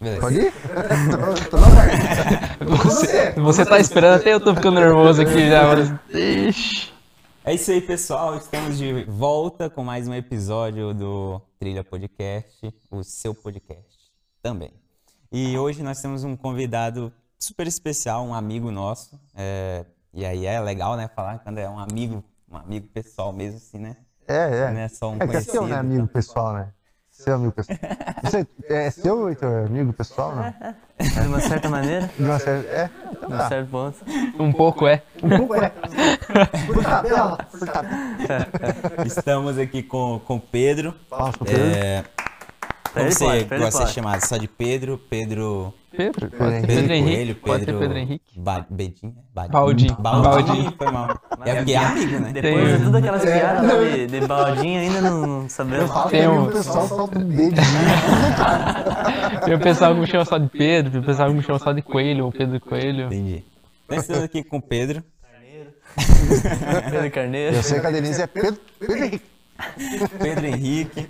Beleza. Pode ir? Tô na parte. Você tá esperando, até eu tô ficando nervoso aqui já. Mas... Ixi. É isso aí, pessoal. Estamos de volta com mais um episódio do Trilha Podcast, o seu podcast também. E hoje nós temos um convidado super especial, um amigo nosso. E aí é legal, né, falar quando é um amigo pessoal mesmo, assim, né? Não é só um É que é conhecido. seu, né, amigo pessoal, né? Seu amigo pessoal. Você, é seu, Heitor, amigo pessoal, não? De uma certa maneira, De uma certa... então de um tá. certo ponto. Um pouco é. Um pouco é. Por tabela. Estamos aqui com o Pedro. Palmas pro Pedro. Como Ele você pode, gosta de ser pode. chamado? Só de Pedro? Pedro Henrique. Henrique. Pode ser Pedro Henrique. Bedinho? Baldinho. Baldinho, foi mal. É porque é amigo, né? Depois de todas aquelas piadas lá de baldinho, ainda não sabemos. Tem um- O pessoal solta um dedinho. Tem o pessoal que me chama só de Pedro, tem o pessoal que me chama só de Coelho, ou Pedro Coelho. Entendi. Então estamos aqui com o Pedro. Pedro Carneiro. Eu sei que a Denise é Pedro Henrique. Pedro Henrique.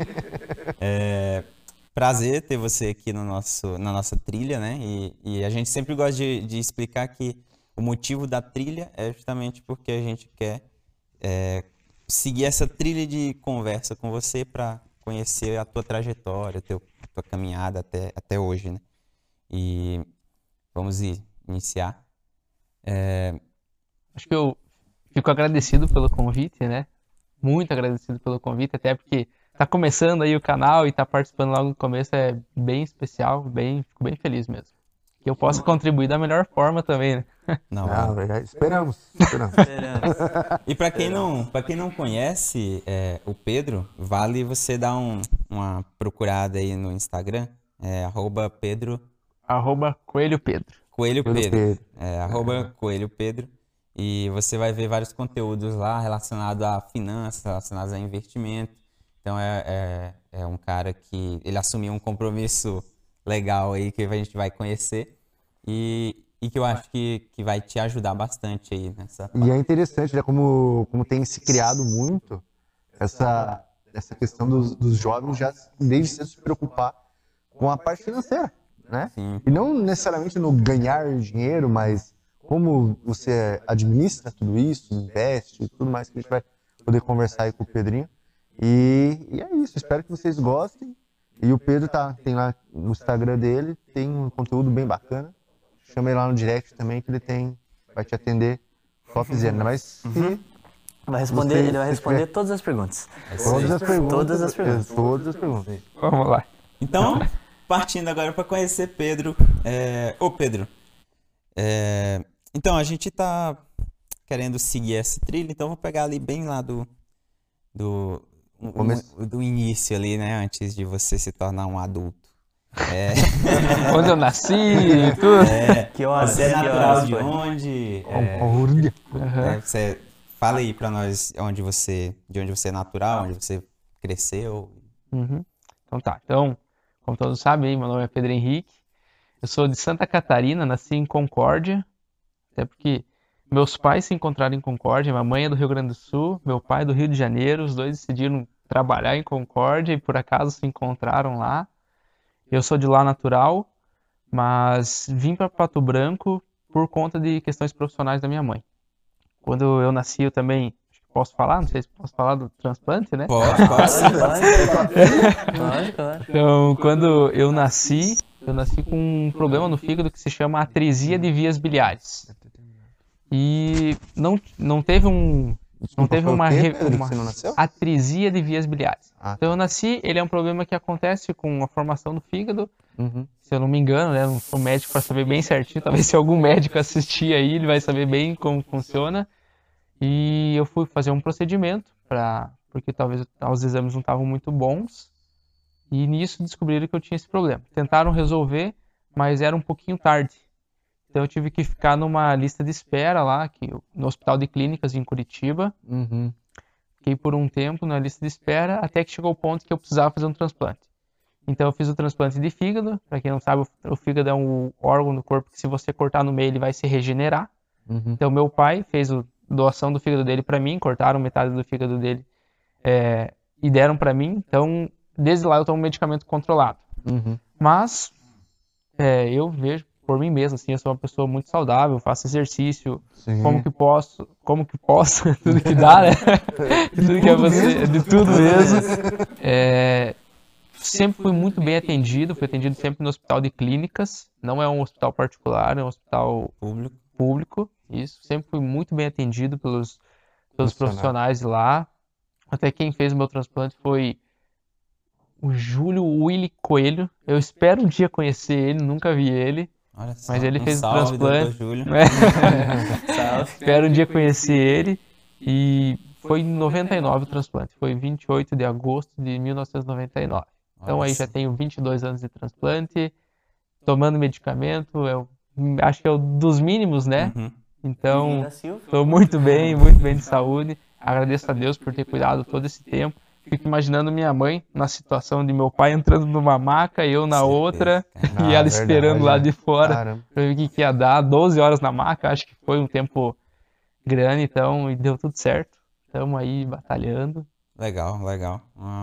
Prazer ter você aqui na nossa trilha, né? E a gente sempre gosta de explicar que o motivo da trilha é justamente porque a gente quer seguir essa trilha de conversa com você para conhecer a tua trajetória, a tua caminhada até hoje, né? E vamos iniciar. Acho que eu fico agradecido pelo convite, né? Muito agradecido pelo convite, até porque tá começando aí o canal e tá participando logo no começo é bem especial, fico bem feliz mesmo. Que eu possa contribuir da melhor forma também, né? Não, Ah, verdade. Esperamos. Esperamos. E para quem não conhece o Pedro, vale você dar uma procurada aí no Instagram, @Pedro @Coelho Pedro. Coelho Pedro Pedro. Pedro. Coelho Pedro. E você vai ver vários conteúdos lá relacionados a finanças, relacionados a investimento. Então é um cara que ele assumiu um compromisso legal aí que a gente vai conhecer e que eu acho que vai te ajudar bastante aí nessa E é interessante, né, como tem se criado muito essa questão dos jovens já desde cedo se preocupar com a parte financeira, né? Sim. E não necessariamente no ganhar dinheiro, mas como você administra tudo isso, investe e tudo mais que a gente vai poder conversar aí com o Pedrinho. E é isso, espero que vocês gostem. E o Pedro tem lá no Instagram dele, tem um conteúdo bem bacana. Chama ele lá no direct também que vai te atender topzera, mas Ele vai responder todas as perguntas. todas as perguntas. Todas as perguntas. Todas as perguntas. Vamos lá. Então, partindo agora para conhecer Pedro. Ô Pedro, então a gente tá querendo seguir essa trilha, então vou pegar ali bem lá do início ali, né? Antes de você se tornar um adulto. Onde eu nasci e tudo. Que horas? Você é Que natural horas de foi? onde? Você fala aí pra nós de onde você é natural, onde você cresceu. Uhum. Então tá. Então, como todos sabem, meu nome é Pedro Henrique. Eu sou de Santa Catarina, nasci em Concórdia. Até porque meus pais se encontraram em Concórdia. Minha mãe é do Rio Grande do Sul, meu pai é do Rio de Janeiro. Os dois decidiram trabalhar em Concórdia e por acaso se encontraram lá. Eu sou de lá natural, mas vim para Pato Branco por conta de questões profissionais da minha mãe. Quando eu nasci, eu também posso falar, não sei se posso falar do transplante, né? Pode sim. Pode, claro. Então, quando eu nasci com um problema no fígado que se chama atresia de vias biliares. E não teve uma Pedro, que você não nasceu? atresia de vias biliares. Ah, Então eu nasci, ele é um problema que acontece com a formação do fígado. Uhum. Se eu não me engano, né, eu não sou médico para saber bem certinho, talvez se algum médico assistir aí, ele vai saber bem como funciona. E eu fui fazer um procedimento porque talvez os exames não estavam muito bons. E nisso descobriram que eu tinha esse problema. Tentaram resolver, mas era um pouquinho tarde. Então eu tive que ficar numa lista de espera lá, no Hospital de Clínicas em Curitiba. Uhum. Fiquei por um tempo na lista de espera, até que chegou o ponto que eu precisava fazer um transplante. Então eu fiz o transplante de fígado. Para quem não sabe, o fígado é um órgão do corpo que se você cortar no meio ele vai se regenerar. Uhum. Então meu pai fez a doação do fígado dele para mim, cortaram metade do fígado dele e deram para mim. Então desde lá eu tomo medicamento controlado. Uhum. Mas eu vejo por mim mesmo, assim, eu sou uma pessoa muito saudável, faço exercício, Sim. como que posso, tudo que dá, né? Tudo que é você, de tudo mesmo. Sempre fui muito bem atendido, fui atendido sempre no hospital de clínicas, não é um hospital particular, é um hospital público, isso, sempre fui muito bem atendido pelos profissionais de lá. Até quem fez o meu transplante foi o Júlio Willy Coelho. Eu espero um dia conhecer ele, nunca vi ele. Olha só, Mas ele fez o salve, transplante. Dr. Júlio. Salve. Espero um dia conhecer ele. E foi em 99 o transplante. Foi 28 de agosto de 1999. Então Olha aí já só. tenho 22 anos de transplante, tomando medicamento. Acho que é o dos mínimos, né? Uhum. Então, Vizinho da Silva. estou muito bem de saúde. Agradeço a Deus por ter cuidado todo esse tempo. Fico imaginando minha mãe na situação de meu pai entrando numa maca, eu na Certeza, outra, cara. e ela esperando lá de fora Caramba. para ver o que ia dar. 12 horas na maca, acho que foi um tempo grande, então, e deu tudo certo. Estamos aí batalhando. Legal, legal.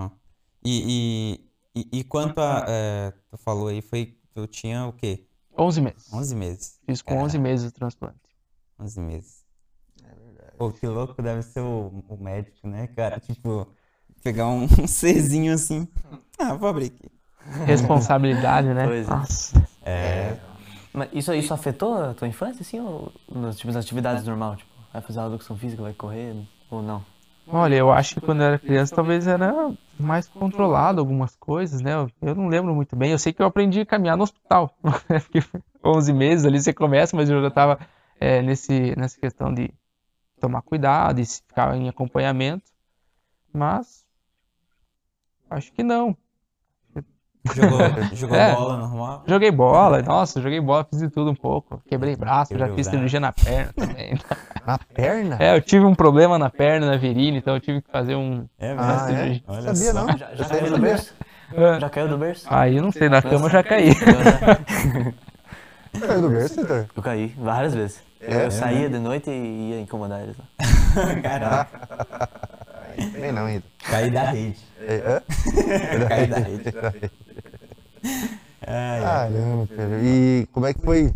E quanto a. Tu falou aí, tu tinha o quê? 11 meses. 11 meses. Fiz com 11 meses o transplante. 11 meses. Pô, que louco deve ser o médico, né, cara? Tipo, pegar um Czinho assim. Vou abrir aqui. Responsabilidade, né? Pois é. Nossa. Mas isso afetou a tua infância, assim, ou nas atividades normais? Tipo, vai fazer aula de educação física, vai correr, ou não? Olha, eu acho que quando eu era criança talvez era mais controlado algumas coisas, né? Eu não lembro muito bem. Eu sei que eu aprendi a caminhar no hospital. Porque 11 meses ali você começa, mas eu já estava nessa questão de tomar cuidado e ficar em acompanhamento. Mas acho que não. Jogou É. bola normal? Joguei bola, nossa, fiz de tudo um pouco. Quebrei braço, já Quebrou fiz o cirurgia na perna também. Na perna? Eu tive um problema na perna, na virilha, então eu tive que fazer uma Ah, cirurgia. Olha Sabia só. não? Já caiu do berço? Já caiu do berço? Aí eu não sei, na cama eu já caí. Caiu do berço, Heitor? Eu caí várias vezes. É? Eu saía de noite e ia incomodar eles lá. Caraca. Bem não, Heitor. Caí da rede. Caí da rede. Caramba, cara. E como é que foi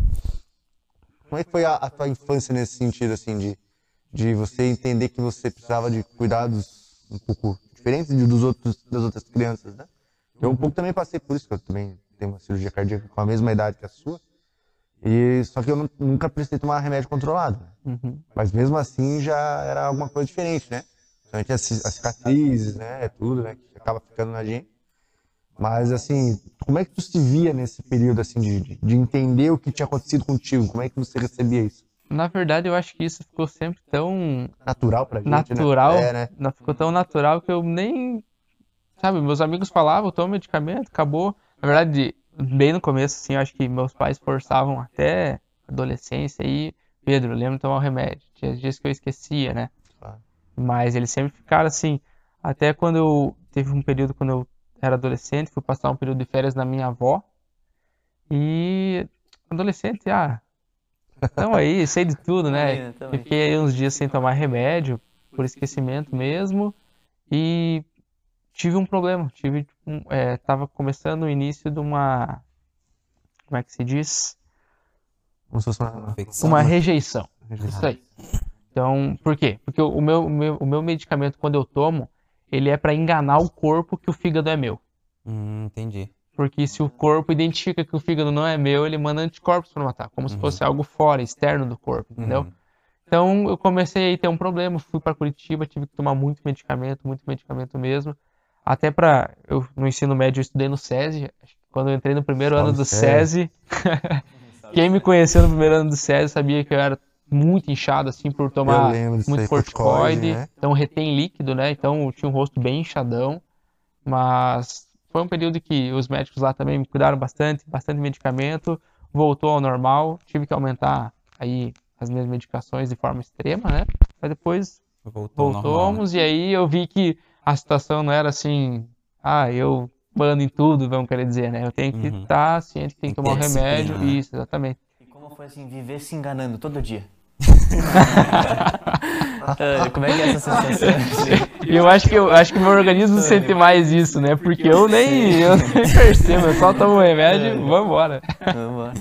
a tua infância nesse sentido, assim, de você entender que você precisava de cuidados um pouco diferentes das outras crianças, né? Eu um pouco também passei por isso, que eu também tenho uma cirurgia cardíaca com a mesma idade que a sua, só que eu nunca precisei tomar remédio controlado, né? Mas mesmo assim já era alguma coisa diferente, né? Principalmente as cicatrizes, né? Tudo, né? Que acaba ficando na gente. Mas, assim, como é que tu se via nesse período, assim, de entender o que tinha acontecido contigo? Como é que você recebia isso? Na verdade, eu acho que isso ficou sempre tão Natural pra gente, natural, né? ficou tão natural que eu nem, sabe, meus amigos falavam, toma medicamento, acabou. Na verdade, bem no começo, assim, eu acho que meus pais forçavam até a adolescência aí, Pedro, lembra de tomar o remédio. Tinha dias que eu esquecia, né? Claro. Mas eles sempre ficaram assim, até teve um período quando eu era adolescente, fui passar um período de férias na minha avó, e adolescente, então aí, sei de tudo, né? Também. Fiquei aí uns dias sem tomar remédio, por esquecimento mesmo, e tive um problema, tava começando o início de uma, como é que se diz? Como se fosse uma... Infecção. Uma rejeição, Rejeição. isso aí. Então, por quê? Porque o meu medicamento, quando eu tomo, ele é para enganar o corpo que o fígado é meu. Entendi. Porque se o corpo identifica que o fígado não é meu, ele manda anticorpos para matar, como se fosse algo fora, externo do corpo, entendeu? Então eu comecei a ter um problema, fui para Curitiba, tive que tomar muito medicamento mesmo. Até no ensino médio eu estudei no SESI, acho que quando eu entrei no primeiro ano do SESI, quem me conheceu no primeiro ano do SESI sabia que eu era muito inchado, assim, por tomar muito corticoide, né? então retém líquido, né? Então eu tinha um rosto bem inchadão, mas foi um período que os médicos lá também me cuidaram bastante medicamento, voltou ao normal, tive que aumentar aí as minhas medicações de forma extrema, né? Mas depois voltamos, e aí eu vi que a situação não era assim, eu mando em tudo, vamos querer dizer, né? Eu tenho que estar ciente que tem que tomar o remédio, disciplina, né? isso, exatamente. E como foi assim, viver se enganando todo dia? Como é que é essa sensação? E eu acho que o meu organismo sente mais isso, né? Porque eu nem percebo, eu só tomo remédio e vambora. Vamos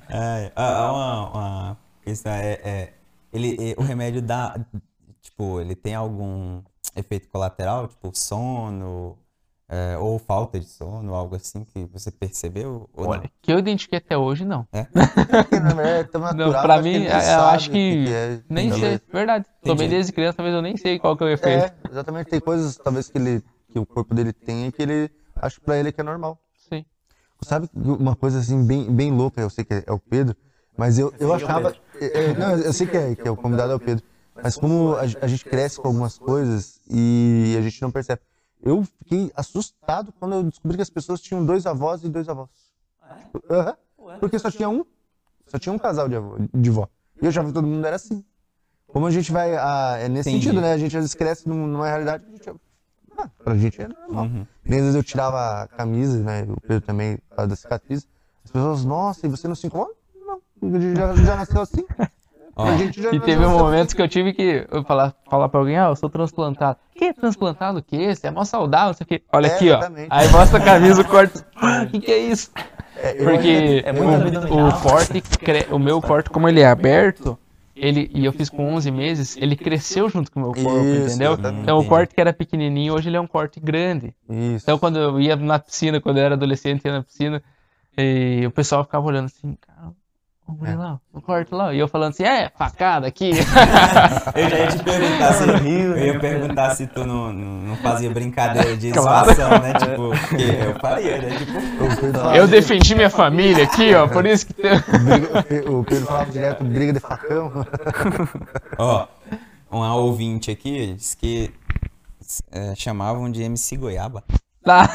Uma questão o remédio dá, tipo, ele tem algum efeito colateral, tipo sono, ou falta de sono, algo assim que você percebeu ou Olha, que eu identifiquei até hoje, não. Porque, na verdade, é tão natural, Não, pra acho que mim, ele nem eu sabe acho o que que é. nem sei, Talvez. verdade. Tomei desde criança, talvez eu nem sei qual que é o efeito. Exatamente. Tem coisas, talvez, que o corpo dele tem que ele acha pra ele que é normal. Sim. Sabe uma coisa assim, bem louca, eu sei que é o Pedro, mas eu achava. Não, eu sei que é o convidado é o Pedro, mas como a gente cresce com algumas coisas e a gente não percebe. Eu fiquei assustado quando eu descobri que as pessoas tinham 2 avós e 2 avós. Aham. Porque só tinha um casal de vó. E eu achava que todo mundo era assim. Como a gente vai. É nesse Entendi. sentido, né? A gente às vezes cresce numa realidade que a gente. Pra gente é normal. E às vezes eu tirava a camisa, né? O Pedro também, por causa da cicatriz. As pessoas, nossa, e você não se incomoda? Não. A gente já nasceu assim. A gente já E teve nasceu momentos que eu tive que falar pra alguém, eu sou transplantado. Que transplantado o quê? Você é mó saudável, não sei o quê. Olha aqui, ó. exatamente. Aí mostra a camisa, o corte. Que é isso? Porque É muito abdominal. o meu corte, como ele é aberto, e eu fiz com 11 meses, ele cresceu junto com o meu corpo, Isso, entendeu? exatamente. Então o corte que era pequenininho, hoje ele é um corte grande. Isso. Então quando eu ia na piscina, quando eu era adolescente, ia na piscina, e o pessoal ficava olhando assim, cara, vamos lá, o corte lá. E eu falando assim, facada aqui. Eu já ia te perguntar se eu ia perguntar se tu não fazia brincadeira de zoação, né? Tipo, porque eu faria, né? Tipo, Eu defendi minha família aqui, ó, por isso que tem... O Pedro falava direto, briga de facão. ó, uma ouvinte aqui disse que chamavam de MC Goiaba. Tá.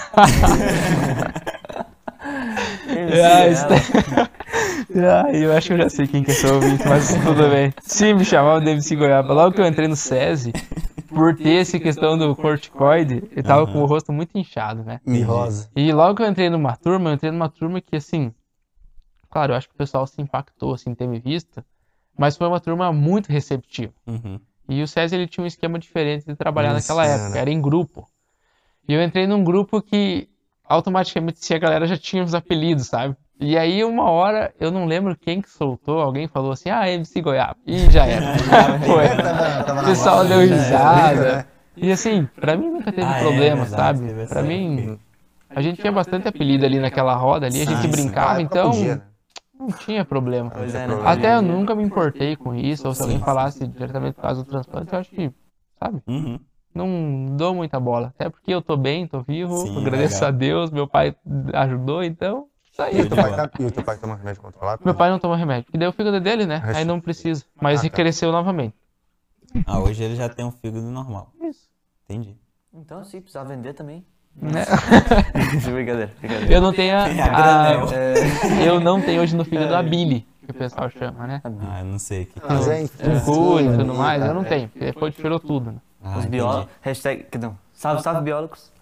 Eu acho que eu já sei quem que é seu ouvinte, mas tudo bem. Sim, me chamava de MC Goiaba. Logo que eu entrei no SESI, por ter essa questão do corticoide, eu tava com o rosto muito inchado, né? E rosa. E logo que eu entrei numa turma que, assim, claro, eu acho que o pessoal se impactou, assim, ter me visto, mas foi uma turma muito receptiva. E o SESI, ele tinha um esquema diferente de trabalhar naquela época, era em grupo. E eu entrei num grupo que automaticamente a galera já tinha os apelidos, sabe? E aí uma hora, eu não lembro quem que soltou, alguém falou assim, MC Goiaba, e já era. Foi. O pessoal deu risada. E assim, pra mim nunca teve problema, sabe? Pra mim, a gente tinha bastante apelido ali naquela roda ali, a gente brincava, então não tinha problema. Pois é, né? Até eu nunca me importei com isso, ou se alguém falasse diretamente por causa do transplante, eu acho que, sabe? Não dou muita bola. Até porque eu tô bem, tô vivo, Sim, agradeço legal. a Deus, meu pai ajudou, então isso aí. E o teu pai toma remédio controlado? Meu pai não toma remédio, porque daí o fígado é dele, né? Aí não precisa. Mas cresceu novamente. Hoje ele já tem um fígado normal. Isso. Entendi. Então, se precisar vender também. Né? Brincadeira. Eu não tenho granel. eu não tenho hoje no fígado a bile, que o pessoal chama, né? Eu não sei o que Mas é Cura e tudo mais, eu não tenho, porque depois tirou tudo, né? Os biólogos. Hashtag. Não. Salve biólogos.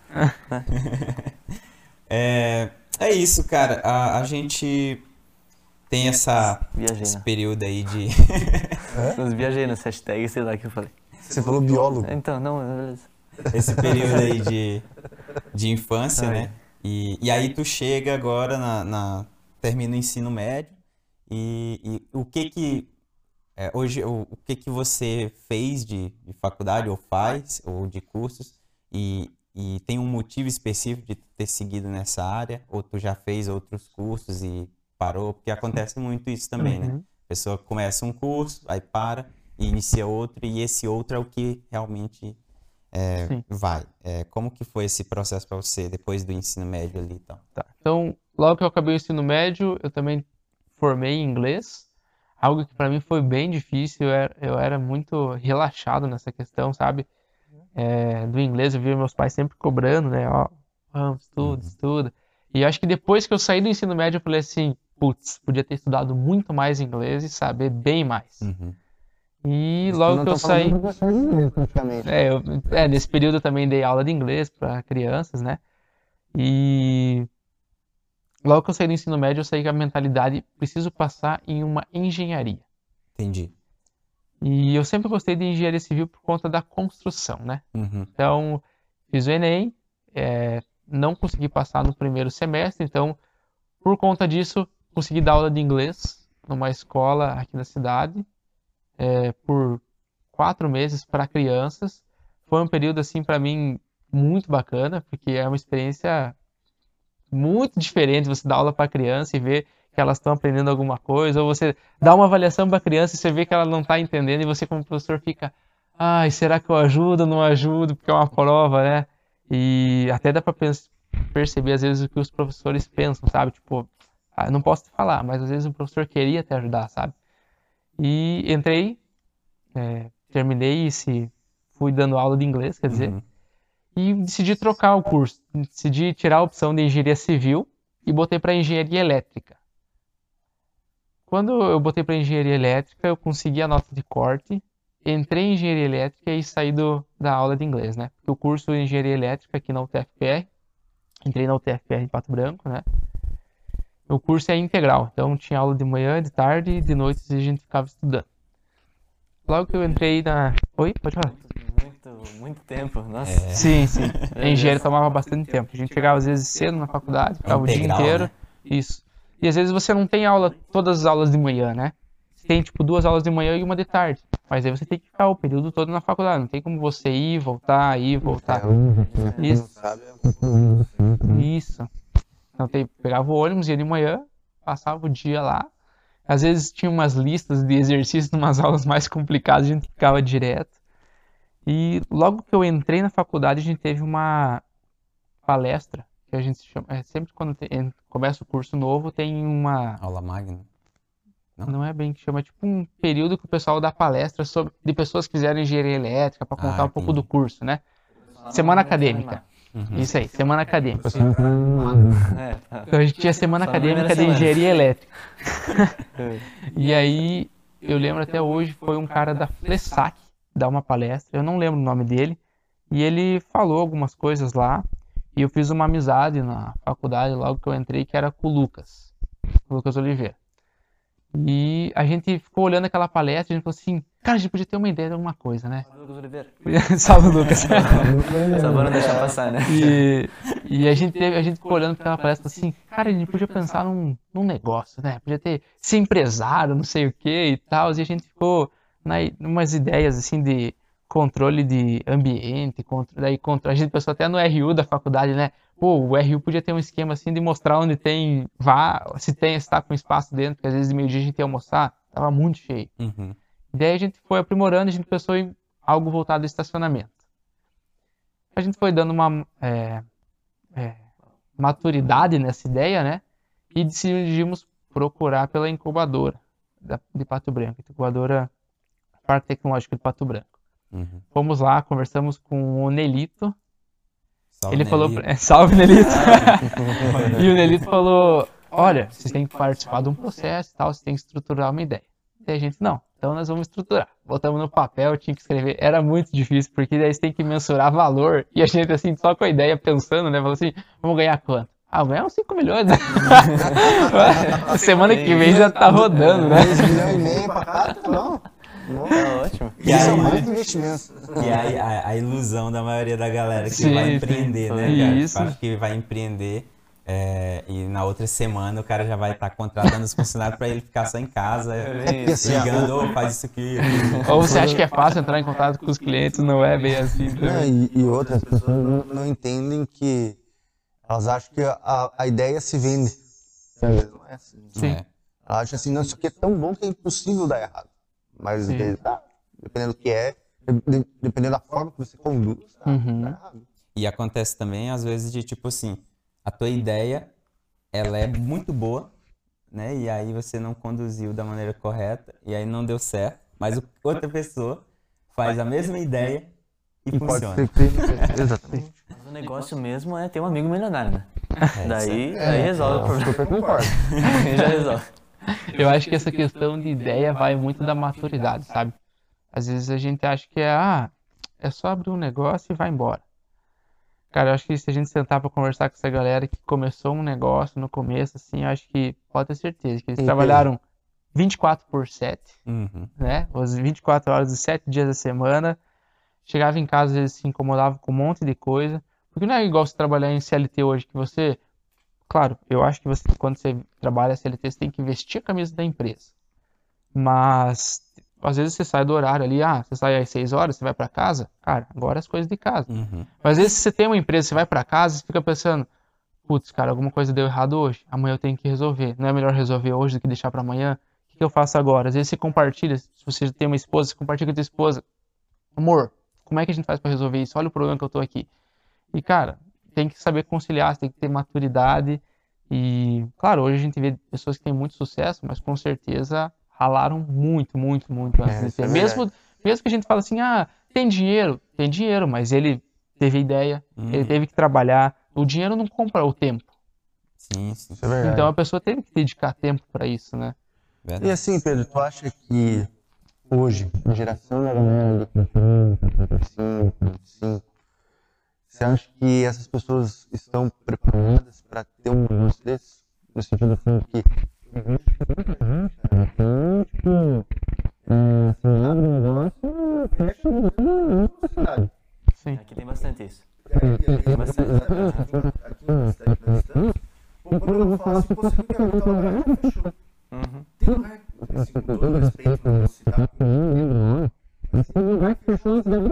É isso, cara. A gente tem esse Viajei, período aí de. Os viajei nas hashtags, sei lá o que eu falei. Você falou biólogo. Então, não, beleza. Esse período aí de infância, né? E aí tu chega agora termina o ensino médio e o que hoje o que você fez de faculdade ou faz ou de cursos e tem um motivo específico de ter seguido nessa área ou tu já fez outros cursos e parou? Porque acontece muito isso também, né? A pessoa começa um curso, aí para e inicia outro e esse outro é o que realmente vai. Como que foi esse processo para você depois do ensino médio ali, então? Tá. Então, logo que eu acabei o ensino médio, eu também formei em inglês, algo que para mim foi bem difícil. Eu era muito relaxado nessa questão, sabe? Do inglês, eu via meus pais sempre cobrando, né? Ó, vamos, estuda. E eu acho que depois que eu saí do ensino médio, eu falei assim, putz, podia ter estudado muito mais inglês e saber bem mais. E logo que eu saí... nesse período eu também dei aula de inglês para crianças, né? E logo que eu saí do ensino médio, eu saí com a mentalidade, preciso passar em uma engenharia. Entendi. E eu sempre gostei de engenharia civil por conta da construção, né? Uhum. Então, fiz o Enem, não consegui passar no primeiro semestre, então, por conta disso, consegui dar aula de inglês numa escola aqui na cidade, por 4 meses para crianças. Foi um período, assim, para mim, muito bacana, porque é uma experiência muito diferente você dar aula para criança e ver que elas estão aprendendo alguma coisa, ou você dá uma avaliação para a criança e você vê que ela não está entendendo e você como professor fica, ai, será que eu ajudo ou não ajudo, porque é uma prova, né? E até dá para perceber às vezes o que os professores pensam, sabe? Tipo, eu não posso te falar, mas às vezes o professor queria te ajudar, sabe? E entrei, terminei e fui dando aula de inglês, quer dizer, Uhum. e decidi trocar o curso. Decidi tirar a opção de engenharia civil e botei para engenharia elétrica. Quando eu botei para engenharia elétrica, eu consegui a nota de corte, entrei em engenharia elétrica e saí da aula de inglês, né? Porque o curso de engenharia elétrica aqui na UTFPR, entrei na UTFPR de Pato Branco, né? O curso é integral, então tinha aula de manhã, de tarde e de noite a gente ficava estudando. Logo que eu entrei na... Oi, pode falar. Muito tempo, nossa. Sim. A engenharia tomava bastante tempo. A gente chegava às vezes cedo na faculdade, ficava o dia Integral, inteiro. né? Isso. E às vezes você não tem aula, todas as aulas de manhã, né? Você tem tipo 2 aulas de manhã e uma de tarde. Mas aí você tem que ficar o período todo na faculdade. Não tem como você ir, voltar. Isso. Isso. Então pegava o ônibus, ia de manhã, passava o dia lá. Às vezes tinha umas listas de exercícios, umas aulas mais complicadas, a gente ficava direto. E logo que eu entrei na faculdade, a gente teve uma palestra, que a gente chama, sempre quando começa o curso novo, tem uma, Aula magna. não é bem que chama, tipo um período que o pessoal dá palestra de pessoas que fizeram engenharia elétrica, para contar um pouco do curso, né? Semana acadêmica. Isso aí, semana acadêmica. Então a gente tinha semana acadêmica de engenharia elétrica. E aí, eu lembro até hoje, foi um cara da Flessac dar uma palestra, eu não lembro o nome dele, e ele falou algumas coisas lá, e eu fiz uma amizade na faculdade logo que eu entrei, que era com o Lucas Oliveira. E a gente ficou olhando aquela palestra e a gente falou assim, cara, a gente podia ter uma ideia de alguma coisa, né? Lucas Oliveira. Salve, Lucas. Só para não deixar passar, né? E a gente ficou olhando para aquela palestra assim, cara, a gente podia pensar num negócio, né? Podia ser empresário, não sei o que e tal. E a gente ficou umas ideias assim de controle de ambiente, a gente pensou até no RU da faculdade, né? Pô, o RU podia ter um esquema assim de mostrar onde se está com espaço dentro, porque às vezes de meio-dia a gente ia almoçar, tava muito cheio. Uhum. E daí a gente foi aprimorando, a gente pensou em algo voltado ao estacionamento. A gente foi dando uma maturidade nessa ideia, né? E decidimos procurar pela incubadora de Pato Branco, incubadora Parque Tecnológico de Pato Branco. Uhum. Fomos lá, conversamos com o Nelito. Salve, Ele falou, Nelito. salve Nelito. E o Nelito falou, olha, vocês têm que participar de um processo e tal, vocês têm que estruturar uma ideia. E a gente, não, então nós vamos estruturar. Botamos no papel, tinha que escrever, era muito difícil, porque daí você tem que mensurar valor, e a gente assim, só com a ideia, pensando, né, falou assim, vamos ganhar quanto? Ah, ganhar uns 5 milhões, né? A semana que vem já tá rodando, né? 2,5 milhões pra cá, não. Tá ótimo. E Isso é aí- um baita investimento. E aí, a ilusão da maioria da galera que Sim, vai sim. empreender, né, cara? Isso. Tipo, acha que vai empreender e na outra semana o cara já vai estar contratando os funcionários para ele ficar só em casa, porque assim, ó, ligando, "Ô, faz isso aqui. Ou você acha que é fácil entrar em contato com os clientes, não é bem assim. Não, e outras pessoas não entendem que elas acham que a ideia se vende. Não é assim. Sim. É. Elas acham assim, não, isso aqui é tão bom que é impossível dar errado. Mas Sim. dependendo do que dependendo da forma que você conduz, dá errado. E acontece também, às vezes, de tipo assim, a tua ideia, ela é muito boa, né? E aí você não conduziu da maneira correta, e aí não deu certo, mas outra pessoa faz a mesma ideia e E pode funciona. ser que... Exatamente. Mas o negócio mesmo é ter um amigo milionário, né? É, Daí resolve o problema. Super concordo. Aí já resolve. Eu acho que essa questão de ideia vai muito da maturidade, sabe? Às vezes a gente acha que é só abrir um negócio e vai embora. Cara, eu acho que se a gente sentar pra conversar com essa galera que começou um negócio no começo, assim, eu acho que pode ter certeza que eles Sim, trabalharam 24/7, Uhum. né? As 24 horas, os 7 dias da semana. Chegava em casa, às vezes se incomodava com um monte de coisa. Porque não é igual você trabalhar em CLT hoje, que você... Claro, eu acho que você, quando você trabalha CLT, você tem que vestir a camisa da empresa. Mas, às vezes você sai do horário ali, você sai às 6 horas, você vai pra casa. Cara, agora é as coisas de casa. Uhum. Mas às vezes você tem uma empresa, você vai pra casa e fica pensando, putz, cara, alguma coisa deu errado hoje. Amanhã eu tenho que resolver. Não é melhor resolver hoje do que deixar pra amanhã? O que eu faço agora? Às vezes você compartilha, se você tem uma esposa, você compartilha com a tua esposa. Amor, como é que a gente faz pra resolver isso? Olha o problema que eu tô aqui. E, cara, tem que saber conciliar, você tem que ter maturidade. E, claro, hoje a gente vê pessoas que têm muito sucesso, mas com certeza ralaram muito, muito, muito antes de Isso é ter. verdade. Mesmo que a gente fala assim, tem dinheiro, mas ele teve ideia, ele teve que trabalhar. O dinheiro não compra o tempo. Sim, sim. Isso é verdade. Então a pessoa teve que dedicar tempo para isso, né? E Verdade. assim, Pedro, tu acha que hoje, a geração da galera de 35, 25, você acha que essas pessoas estão preparadas para ter um negócio desse? No sentido assim que existe muita gente, cara, que abre um negócio, fecha na cidade. Sim. Aqui tem bastante isso. Tem bastante. Aqui na cidade que nós estamos, quando eu vou falar assim, pô, você não quer montar um lugar? Fechou. Uhum. Tem lugar, assim, com todo respeito pra você, tá? Mas tem lugar que fechou antes da minha.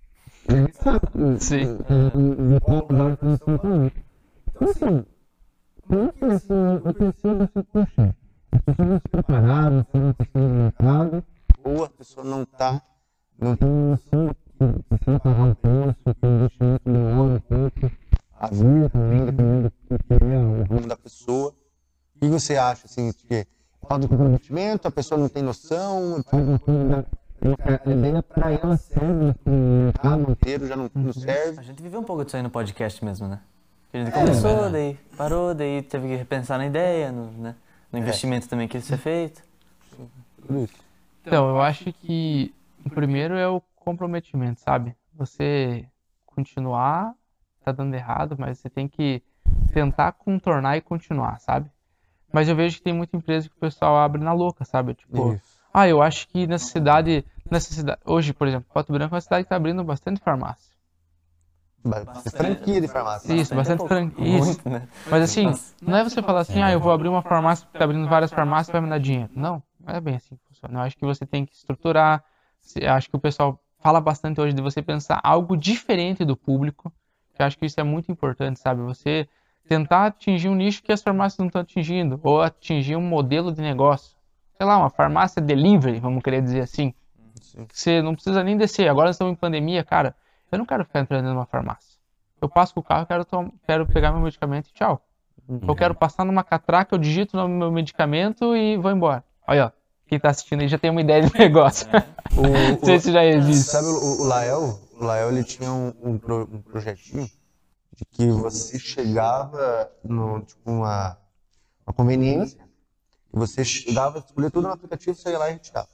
Sim. Qual lugar que nós estamos falando? Então, assim, como que assim, eu percebo assim, poxa, as pessoas não se prepararam, assim, não estão no mercado, ou a pessoa não tem noção que precisa pagar um preço, que o investimento demora um pouco, a vida também, dependendo do que é o rumo da pessoa. O que você acha, assim, que falta de comprometimento, a pessoa não tem noção, alguma coisa a ideia para ela serve, que o mercado inteiro já não serve. A gente viveu um pouco disso aí no podcast mesmo, né? A gente começou, verdade. daí parou, daí teve que repensar na ideia, no investimento também que ia ser feito. Tudo isso. Então, eu acho que o primeiro é o comprometimento, sabe? Você continuar, tá dando errado, mas você tem que tentar contornar e continuar, sabe? Mas eu vejo que tem muita empresa que o pessoal abre na louca, sabe? Tipo, Isso. eu acho que nessa cidade, hoje, por exemplo, Pato Branco é uma cidade que tá abrindo bastante farmácia. Bastante franquia de farmácia. Isso, bastante pouco. franquia. Isso. Muito, né? Mas assim, Nossa. não é você falar assim, eu vou abrir uma farmácia porque tá abrindo várias farmácias vai me dar dinheiro. Não, não é bem assim que funciona. Eu acho que você tem que estruturar. Eu acho que o pessoal fala bastante hoje de você pensar algo diferente do público. Eu acho que isso é muito importante, sabe? Você tentar atingir um nicho que as farmácias não estão atingindo, ou atingir um modelo de negócio. Sei lá, uma farmácia delivery, vamos querer dizer assim. Você não precisa nem descer. Agora nós estamos em pandemia, cara. Eu não quero ficar entrando numa farmácia. Eu passo com o carro, quero pegar meu medicamento e tchau. Eu quero passar numa catraca, eu digito no meu medicamento e vou embora. Olha, ó, quem tá assistindo aí já tem uma ideia de negócio. Não sei se já existe. Sabe o Lael? O Lael, ele tinha um projetinho de que você chegava no, tipo, uma conveniência, e você chegava, escolhia tudo no aplicativo, você ia lá e retirava.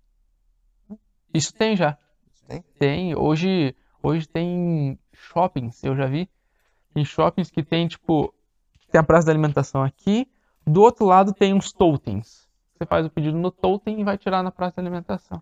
Isso tem já. Tem? Tem. Hoje tem shoppings, eu já vi. Tem shoppings que tem, tipo, tem a praça da alimentação aqui, do outro lado tem uns totens. Você faz o pedido no totem e vai tirar na praça da alimentação.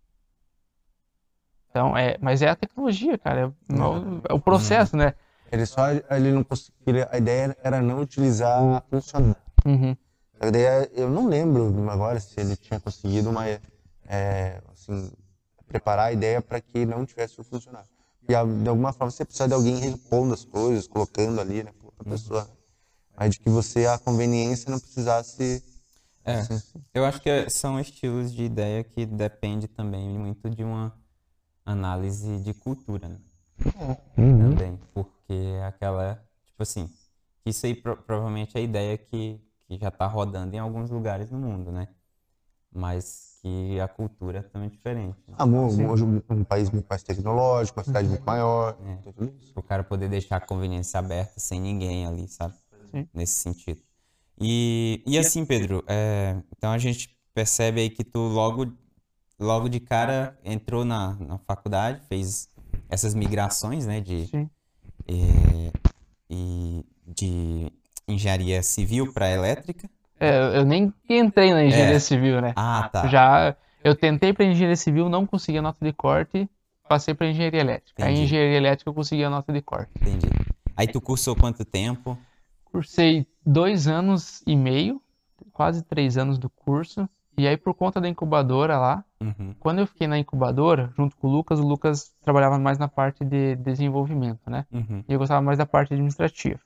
Então, mas é a tecnologia, cara, é o processo, né? Ele não conseguia, a ideia era não utilizar funcionário. Uhum. A ideia, eu não lembro agora se ele tinha conseguido assim, preparar a ideia para que não tivesse o funcionário. E de alguma forma você precisa de alguém repondo as coisas, colocando ali, né, para a pessoa. Mas de que você, a conveniência, não precisasse. Eu acho que são estilos de ideia que depende também muito de uma análise de cultura, né? Também, porque aquela, tipo assim, isso aí provavelmente é a ideia que já está rodando em alguns lugares no mundo, né? Mas que a cultura é totalmente diferente, né? Hoje um país muito mais tecnológico, uma cidade muito maior. Tudo isso. O cara poder deixar a conveniência aberta sem ninguém ali, sabe? Sim. Nesse sentido. E assim, Pedro, então a gente percebe aí que tu logo de cara entrou na faculdade, fez essas migrações, né, Sim. de engenharia civil para elétrica. Eu nem entrei na engenharia civil, né? Ah, tá. Eu tentei para engenharia civil, não consegui a nota de corte, passei para engenharia elétrica. Aí em Entendi. engenharia elétrica eu consegui a nota de corte. Entendi. Aí tu cursou quanto tempo? Cursei 2 anos e meio, quase 3 anos do curso. E aí por conta da incubadora lá, Uhum. quando eu fiquei na incubadora, junto com o Lucas trabalhava mais na parte de desenvolvimento, né? Uhum. E eu gostava mais da parte administrativa.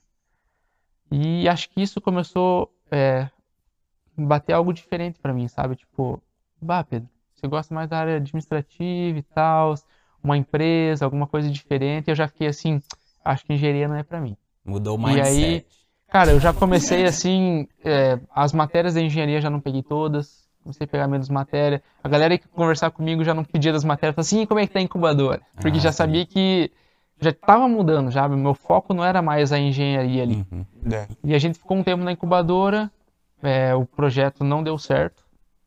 E acho que isso começou a bater algo diferente pra mim, sabe? Tipo, Pedro, você gosta mais da área administrativa e tal, uma empresa, alguma coisa diferente. Eu já fiquei assim, acho que engenharia não é pra mim. Mudou o E aí, mindset. cara, eu já comecei assim, as matérias da engenharia já não peguei todas, comecei a pegar menos matéria. A galera que conversar comigo já não pedia das matérias, falava assim, como é que tá a incubadora? Porque já sabia que já estava mudando, já, meu foco não era mais a engenharia ali. Uhum. E a gente ficou um tempo na incubadora, o projeto não deu certo,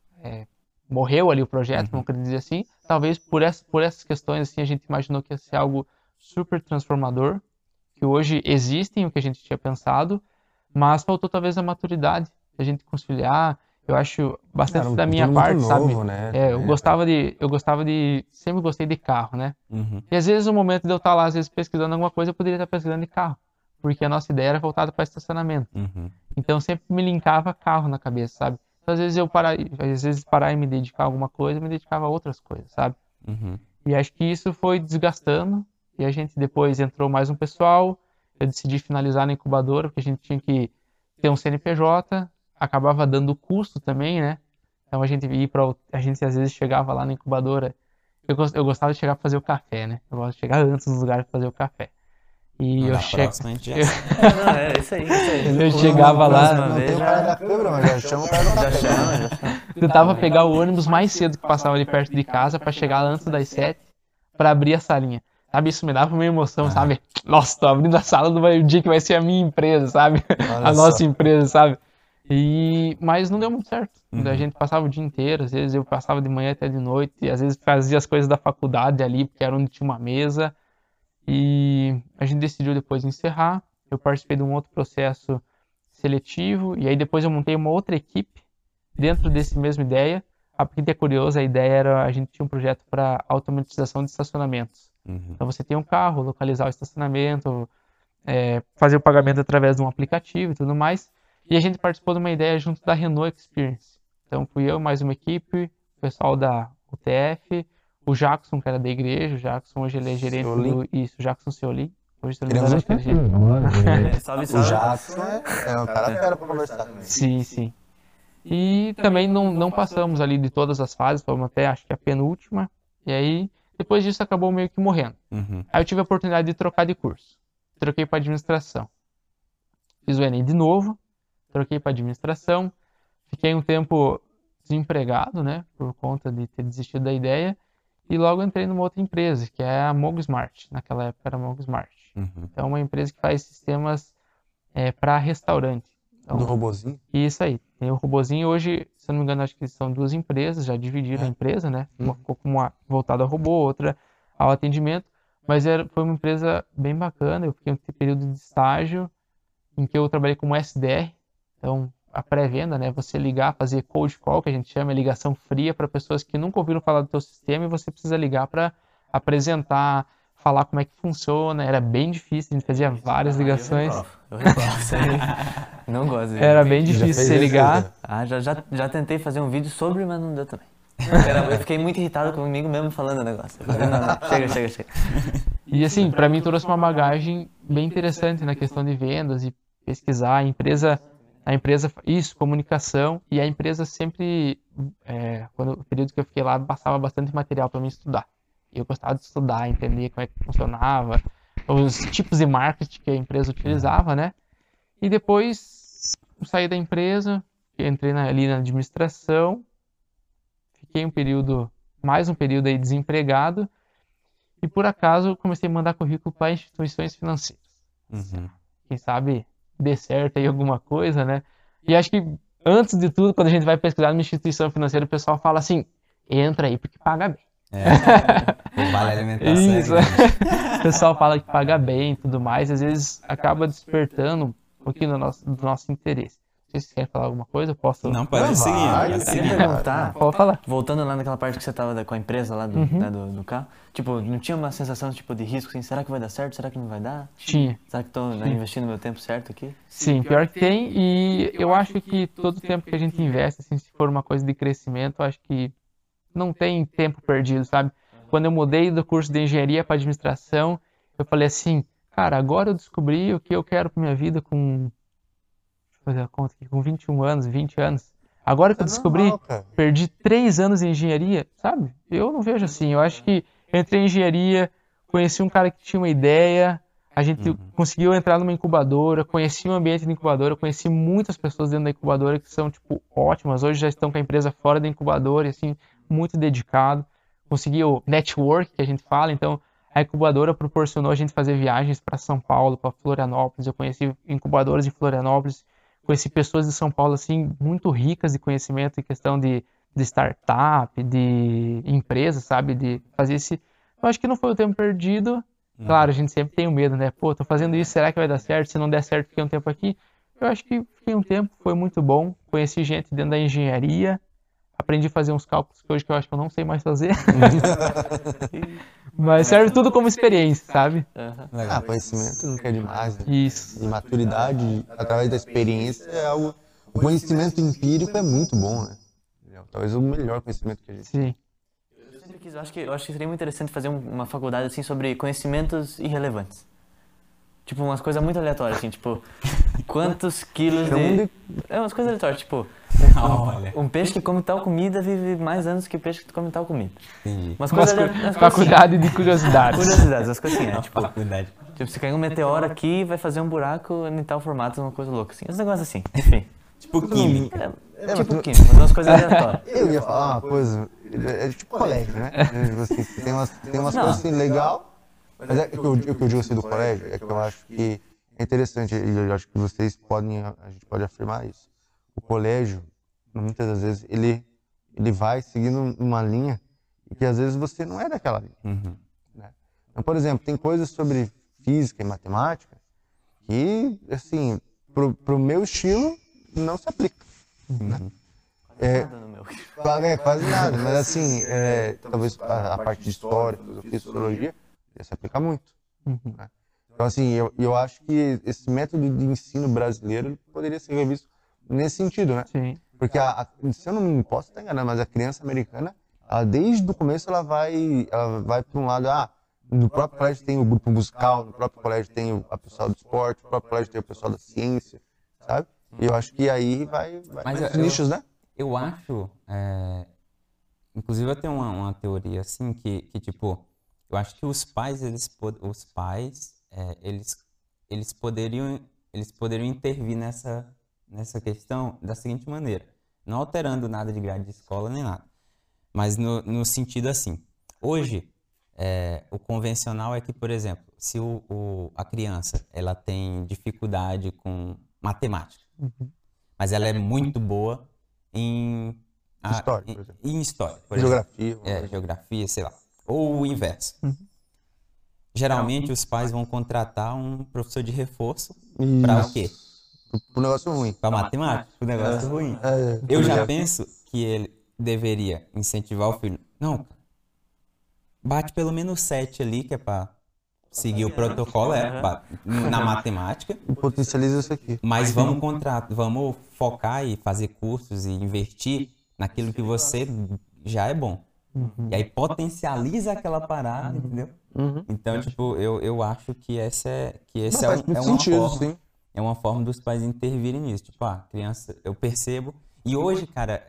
morreu ali o projeto, vamos dizer assim. Talvez por essas questões assim, a gente imaginou que ia ser algo super transformador, que hoje existem o que a gente tinha pensado, mas faltou talvez a maturidade a gente conciliar. Eu acho bastante da minha tudo parte, muito sabe? novo, né? Eu gostava de, sempre gostei de carro, né? Uhum. E às vezes o momento de eu estar lá, às vezes pesquisando alguma coisa, eu poderia estar pesquisando de carro, porque a nossa ideia era voltada para estacionamento. Uhum. Então sempre me linkava carro na cabeça, sabe? Então, às vezes parar e me dedicar a alguma coisa, eu me dedicava a outras coisas, sabe? Uhum. E acho que isso foi desgastando, e a gente depois entrou mais um pessoal, eu decidi finalizar na incubadora, porque a gente tinha que ter um CNPJ, acabava dando custo também, né? Então a gente às vezes chegava lá na incubadora, eu gostava de chegar para fazer o café, né? Eu gosto de chegar antes nos lugares para fazer o café. E Na próxima a gente já Não, é isso aí, isso aí. Eu chegava lá, Próxima Não vez tem o já- cara da câmera, mas já chama o cara do Já café. chama, já chama. tentava pegar o ônibus mais cedo que passava ali perto de casa para chegar antes das 7 para abrir a salinha. Sabe, isso me dava uma emoção, sabe? Nossa, tô abrindo a sala do dia que vai ser a minha empresa, sabe? Olha A nossa só. empresa, sabe? Mas não deu muito certo. A gente passava o dia inteiro, às vezes eu passava de manhã até de noite, e às vezes fazia as coisas da faculdade ali, porque era onde tinha uma mesa. E a gente decidiu depois encerrar. Eu participei de um outro processo seletivo, e aí depois eu montei uma outra equipe dentro desse mesma ideia. Porque é curioso, a ideia era, a gente tinha um projeto para automatização de estacionamentos. Uhum. Então você tem um carro, localizar o estacionamento, fazer o pagamento através de um aplicativo e tudo mais. E a gente participou de uma ideia junto da Renault Experience. Então fui eu, mais uma equipe, o pessoal da UTF, o Jackson, que era da igreja, o Jackson hoje ele é gerente o Jackson Cioli. Hoje, se eu não me engano, acho que ele é gerente. Salve, O salve. Jackson é um cara fera pra conversar também. Sim, sim. E também não passamos ali de todas as fases, fomos até acho que a penúltima. E aí, depois disso, acabou meio que morrendo. Uhum. Aí eu tive a oportunidade de trocar de curso. Troquei para administração. Fiz o Enem de novo, troquei para administração. Fiquei um tempo desempregado, né, por conta de ter desistido da ideia. E logo entrei numa outra empresa, que é a Mogo Smart. Naquela época era a Mogo Smart. Uhum. Então, é uma empresa que faz sistemas para restaurante. Então, Do robozinho. isso aí. Tem o robozinho. Hoje, se eu não me engano, acho que são 2 empresas, já dividiram a empresa, né? Uma ficou com uma voltada ao robô, outra ao atendimento. Mas foi uma empresa bem bacana. Eu fiquei um período de estágio em que eu trabalhei como SDR. Então, a pré-venda, né? Você ligar, fazer cold call, que a gente chama ligação fria para pessoas que nunca ouviram falar do teu sistema, e você precisa ligar para apresentar, falar como é que funciona. Era bem difícil, a gente fazia várias ligações. Eu reprovo, isso aí. Não gosto de Era bem Já difícil fez você isso, ligar. Pedro? Ah, já tentei fazer um vídeo sobre, mas não deu também. Eu fiquei muito irritado comigo mesmo falando o negócio. Eu falei, não, chega. E assim, para mim trouxe uma bagagem bem interessante na questão de vendas e pesquisar. A empresa, isso, comunicação, e a empresa sempre, o período que eu fiquei lá, passava bastante material para mim estudar. E eu gostava de estudar, entender como é que funcionava, os tipos de marketing que a empresa utilizava, né? E depois saí da empresa, entrei ali na administração, fiquei mais um período aí desempregado, e por acaso comecei a mandar currículo para instituições financeiras. Uhum. Quem sabe dê certo aí alguma coisa, né? E acho que antes de tudo, quando a gente vai pesquisar numa instituição financeira, o pessoal fala assim, entra aí porque paga bem. O vale alimentação. Isso. O pessoal fala que paga bem e tudo mais, às vezes acaba despertando um pouquinho do nosso interesse. sei se você quer falar alguma coisa, eu posso... Não, pode Vai, seguir. vai, Pode Eu seguir. queria perguntar, Pode falar. voltando lá naquela parte que você tava com a empresa lá né, do carro, tipo, não tinha uma sensação tipo, de risco assim, será que vai dar certo, será que não vai dar? Tinha. Será que tô né, investindo meu tempo certo aqui? Sim, pior que tem, e eu acho que todo o tempo que a gente investe, assim, se for uma coisa de crescimento, eu acho que não tem tempo perdido, sabe? Quando eu mudei do curso de engenharia para administração, eu falei assim, cara, agora eu descobri o que eu quero para minha vida com, deixa eu fazer a conta aqui, com 21 anos, 20 anos. Agora que eu descobri, normal, cara. perdi 3 anos em engenharia, sabe? Eu não vejo assim, eu acho que eu entrei em engenharia, conheci um cara que tinha uma ideia, a gente conseguiu entrar numa incubadora, conheci o ambiente da incubadora, conheci muitas pessoas dentro da incubadora que são, tipo, ótimas. Hoje já estão com a empresa fora da incubadora e, assim, muito dedicado. Consegui o network, que a gente fala. Então, a incubadora proporcionou a gente fazer viagens para São Paulo, para Florianópolis. Eu conheci incubadoras em Florianópolis. Conheci pessoas de São Paulo, assim, muito ricas de conhecimento em questão de startup, de empresa, sabe? De fazer esse... Eu acho que não foi o tempo perdido. Claro, a gente sempre tem o medo, né? Pô, tô fazendo isso, será que vai dar certo? Se não der certo, fiquei um tempo aqui. Eu acho que fiquei um tempo, foi muito bom. Conheci gente dentro da engenharia. Aprendi a fazer uns cálculos que hoje que eu acho que eu não sei mais fazer. Mas serve tudo como experiência, sabe? Ah, conhecimento nunca é demais, né? Isso. E maturidade, através da experiência, é algo... O conhecimento empírico é muito bom, né? Talvez o melhor conhecimento que a gente Sim. Eu sempre quis, eu acho que seria muito interessante fazer uma faculdade assim sobre conhecimentos irrelevantes. Tipo, umas coisas muito aleatórias, assim, tipo, quantos quilos de... É, umas coisas aleatórias, tipo, Olha. um peixe que come tal comida vive mais anos que o peixe que come tal comida. Entendi. Umas coisas Mas aleatórias. faculdade de curiosidades. Curiosidades, umas coisas assim, tipo, Faculdade. se cair um meteoro aqui, vai fazer um buraco em tal formato, uma coisa louca, assim. Uns negócios assim, enfim. Tipo química. Tipo química, mas umas coisas aleatórias. Eu ia falar uma coisa, é tipo colégio, né? Assim, tem umas coisas assim legal, mas é que o que eu digo assim do colégio é que eu acho que é interessante, e eu acho que vocês podem, a gente pode afirmar isso. O colégio, muitas das vezes, ele vai seguindo uma linha que às vezes você não é daquela linha. Né? Então, por exemplo, tem coisas sobre física e matemática que, assim, pro meu estilo, não se aplica. Né? Nada no meu. Quase nada, mas assim, talvez a parte de história, filosofia, sociologia, ia se aplicar muito. Né? Então, assim, eu acho que esse método de ensino brasileiro ele poderia ser revisto nesse sentido, né? Sim. Porque, se eu não me posso estar enganando, mas a criança americana, ela, desde o começo, ela vai para um lado, no próprio colégio tem o grupo musical, no próprio colégio tem o pessoal do esporte, no próprio colégio tem o pessoal da ciência, sabe? E eu acho que aí vai Mas os nichos, né? Eu acho, inclusive eu tenho uma teoria assim que tipo, eu acho que os pais eles poderiam intervir nessa questão da seguinte maneira, não alterando nada de grade de escola nem nada, mas no sentido assim, hoje o convencional é que, por exemplo, se a criança ela tem dificuldade com matemática, mas ela é muito boa em História, por exemplo. em história, por Geografia. exemplo. Geografia, sei lá. Ou o inverso. Geralmente os pais vão contratar um professor de reforço para o quê? Pro negócio ruim. Para matemática, o negócio ruim. Eu já penso que ele deveria incentivar o filho. Não, bate pelo menos 7 ali, que é para seguir o protocolo, na matemática. E potencializa isso aqui. Mas vamos focar e fazer cursos e investir naquilo que você já é bom. E aí potencializa aquela parada, entendeu? Então, tipo, eu acho que esse Faz muito sentido, sim. é uma forma dos pais intervirem nisso. Tipo, criança, eu percebo. E hoje, cara,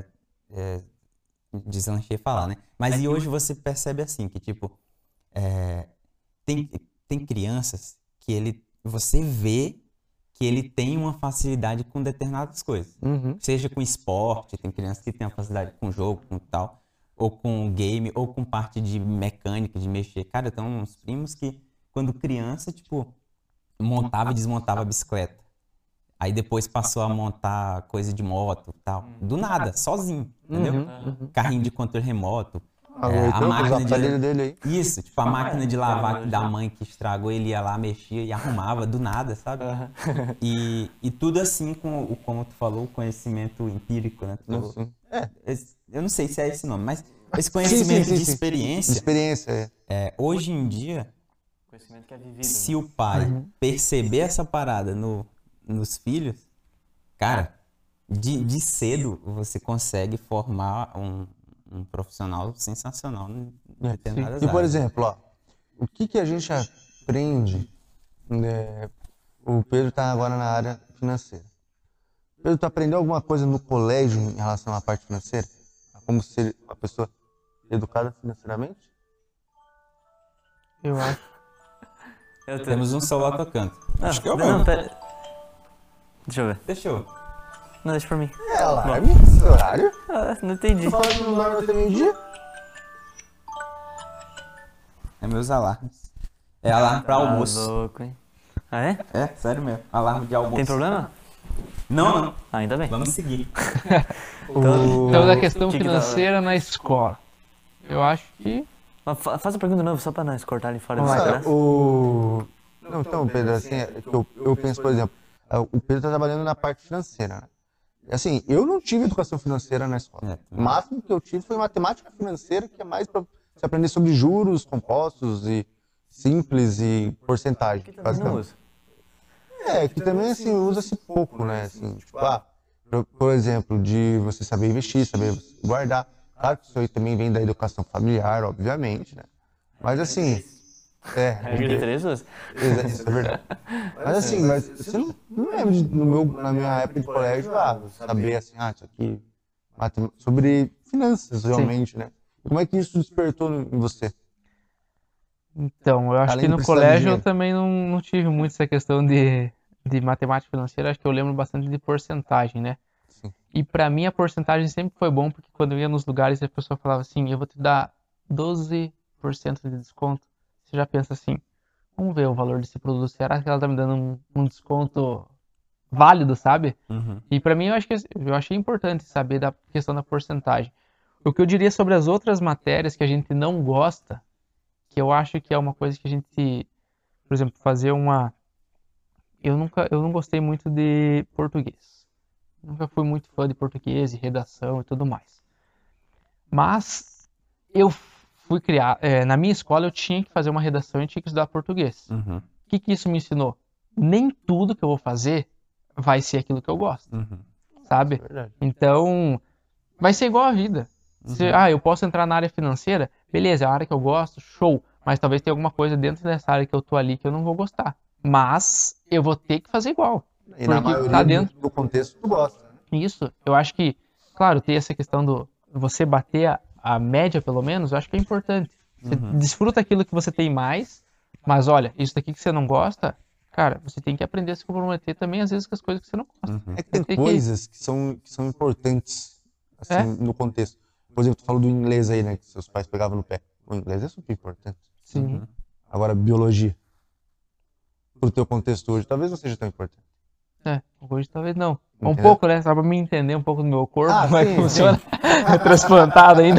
deslanchei falar, né? Mas e hoje você percebe assim, que tipo, tem crianças que você vê que ele tem uma facilidade com determinadas coisas. Seja com esporte, tem crianças que têm uma facilidade com jogo, com tal, ou com game, ou com parte de mecânica, de mexer. Cara, tem uns primos que, quando criança, tipo, montava e desmontava a bicicleta. Aí depois passou a montar coisa de moto e tal. Do nada, sozinho, entendeu? Carrinho de controle remoto. a máquina os aparelhos dele aí. Isso, tipo a máquina de lavar da mãe que estragou, ele ia lá, mexia e arrumava do nada, sabe? E tudo assim, como tu falou, o conhecimento empírico, né? Eu não sei se é esse nome, mas esse conhecimento de experiência. De experiência, hoje em dia, Conhecimento que é vivido, se o pai perceber essa parada nos filhos, cara, de cedo você consegue formar um profissional sensacional em determinadas E, por áreas. exemplo, ó, o que a gente aprende, né? O Pedro está agora na área financeira. Pedro, tu aprendeu alguma coisa no colégio em relação à parte financeira? Como ser uma pessoa educada financeiramente? Eu acho. Temos um celular tocando. Acho que é o Não, meu. pera. Deixa eu ver. Deixa eu. Não, deixa pra mim. É alarme esse horário? Não entendi. Tu fala que não dorme até meio-dia? É meus alarmes. É alarme pra almoço. Louco, hein? Ah, é? É, sério mesmo. Alarme de almoço. Tem problema? Não. Ah, ainda bem. Vamos seguir. Então, da questão que que dá? financeira na escola. Eu acho que. Mas faz a pergunta de novo, só pra nós cortar ali fora. Vamos lá, desse Não, então, Pedro, assim, é que eu penso, por exemplo, o Pedro está trabalhando na parte financeira, né? Assim, eu não tive educação financeira na escola. O máximo que eu tive foi matemática financeira, que é mais para você aprender sobre juros, compostos e simples e porcentagem. Que também não usa. Que também, assim, usa-se pouco, né? Assim, tipo, por exemplo, de você saber investir, saber guardar. Claro que isso aí também vem da educação familiar, obviamente, né? Mas, assim... Regra de 3 usa. Isso é verdade. Mas assim, você não lembra na minha época de colégio, saber assim, isso aqui, sobre finanças realmente, né? Como é que isso despertou em você? Então, eu acho Além que de no precisar de colégio eu dinheiro. também não tive muito essa questão de matemática financeira. Acho que eu lembro bastante de porcentagem, né? Sim. E pra mim a porcentagem sempre foi bom, porque quando eu ia nos lugares a pessoa falava assim, eu vou te dar 12% de desconto. Você já pensa assim, vamos ver o valor desse produto, será que ela tá me dando um desconto válido, sabe? E pra mim eu achei importante saber da questão da porcentagem. O que eu diria sobre as outras matérias que a gente não gosta, que eu acho que é uma coisa que a gente, por exemplo, fazer uma... Eu não gostei muito de português. Nunca fui muito fã de português e redação e tudo mais. Mas eu fui criar, na minha escola eu tinha que fazer uma redação e tinha que estudar português. O que isso me ensinou? Nem tudo que eu vou fazer vai ser aquilo que eu gosto, sabe? Verdade. Então, vai ser igual a vida. Eu posso entrar na área financeira, beleza, é a área que eu gosto, show. Mas talvez tenha alguma coisa dentro dessa área que eu tô ali que eu não vou gostar. Mas eu vou ter que fazer igual. E na Porque maioria tá dentro. do contexto tu gosta, né? Isso, eu acho que, claro, ter essa questão do você bater a média, pelo menos, eu acho que é importante. Você desfruta aquilo que você tem mais, mas olha, isso daqui que você não gosta, cara, você tem que aprender a se comprometer também, às vezes, com as coisas que você não gosta. É que tem Tem coisas que são importantes, assim, no contexto. Por exemplo, tu falou do inglês aí, né? Que seus pais pegavam no pé. O inglês é super importante. Sim. Agora, biologia. Pro teu contexto hoje, talvez não seja tão importante. Hoje talvez não. Um Entendeu? pouco, né? Só pra me entender um pouco do meu corpo, como é que sim, funciona. Transplantado ainda.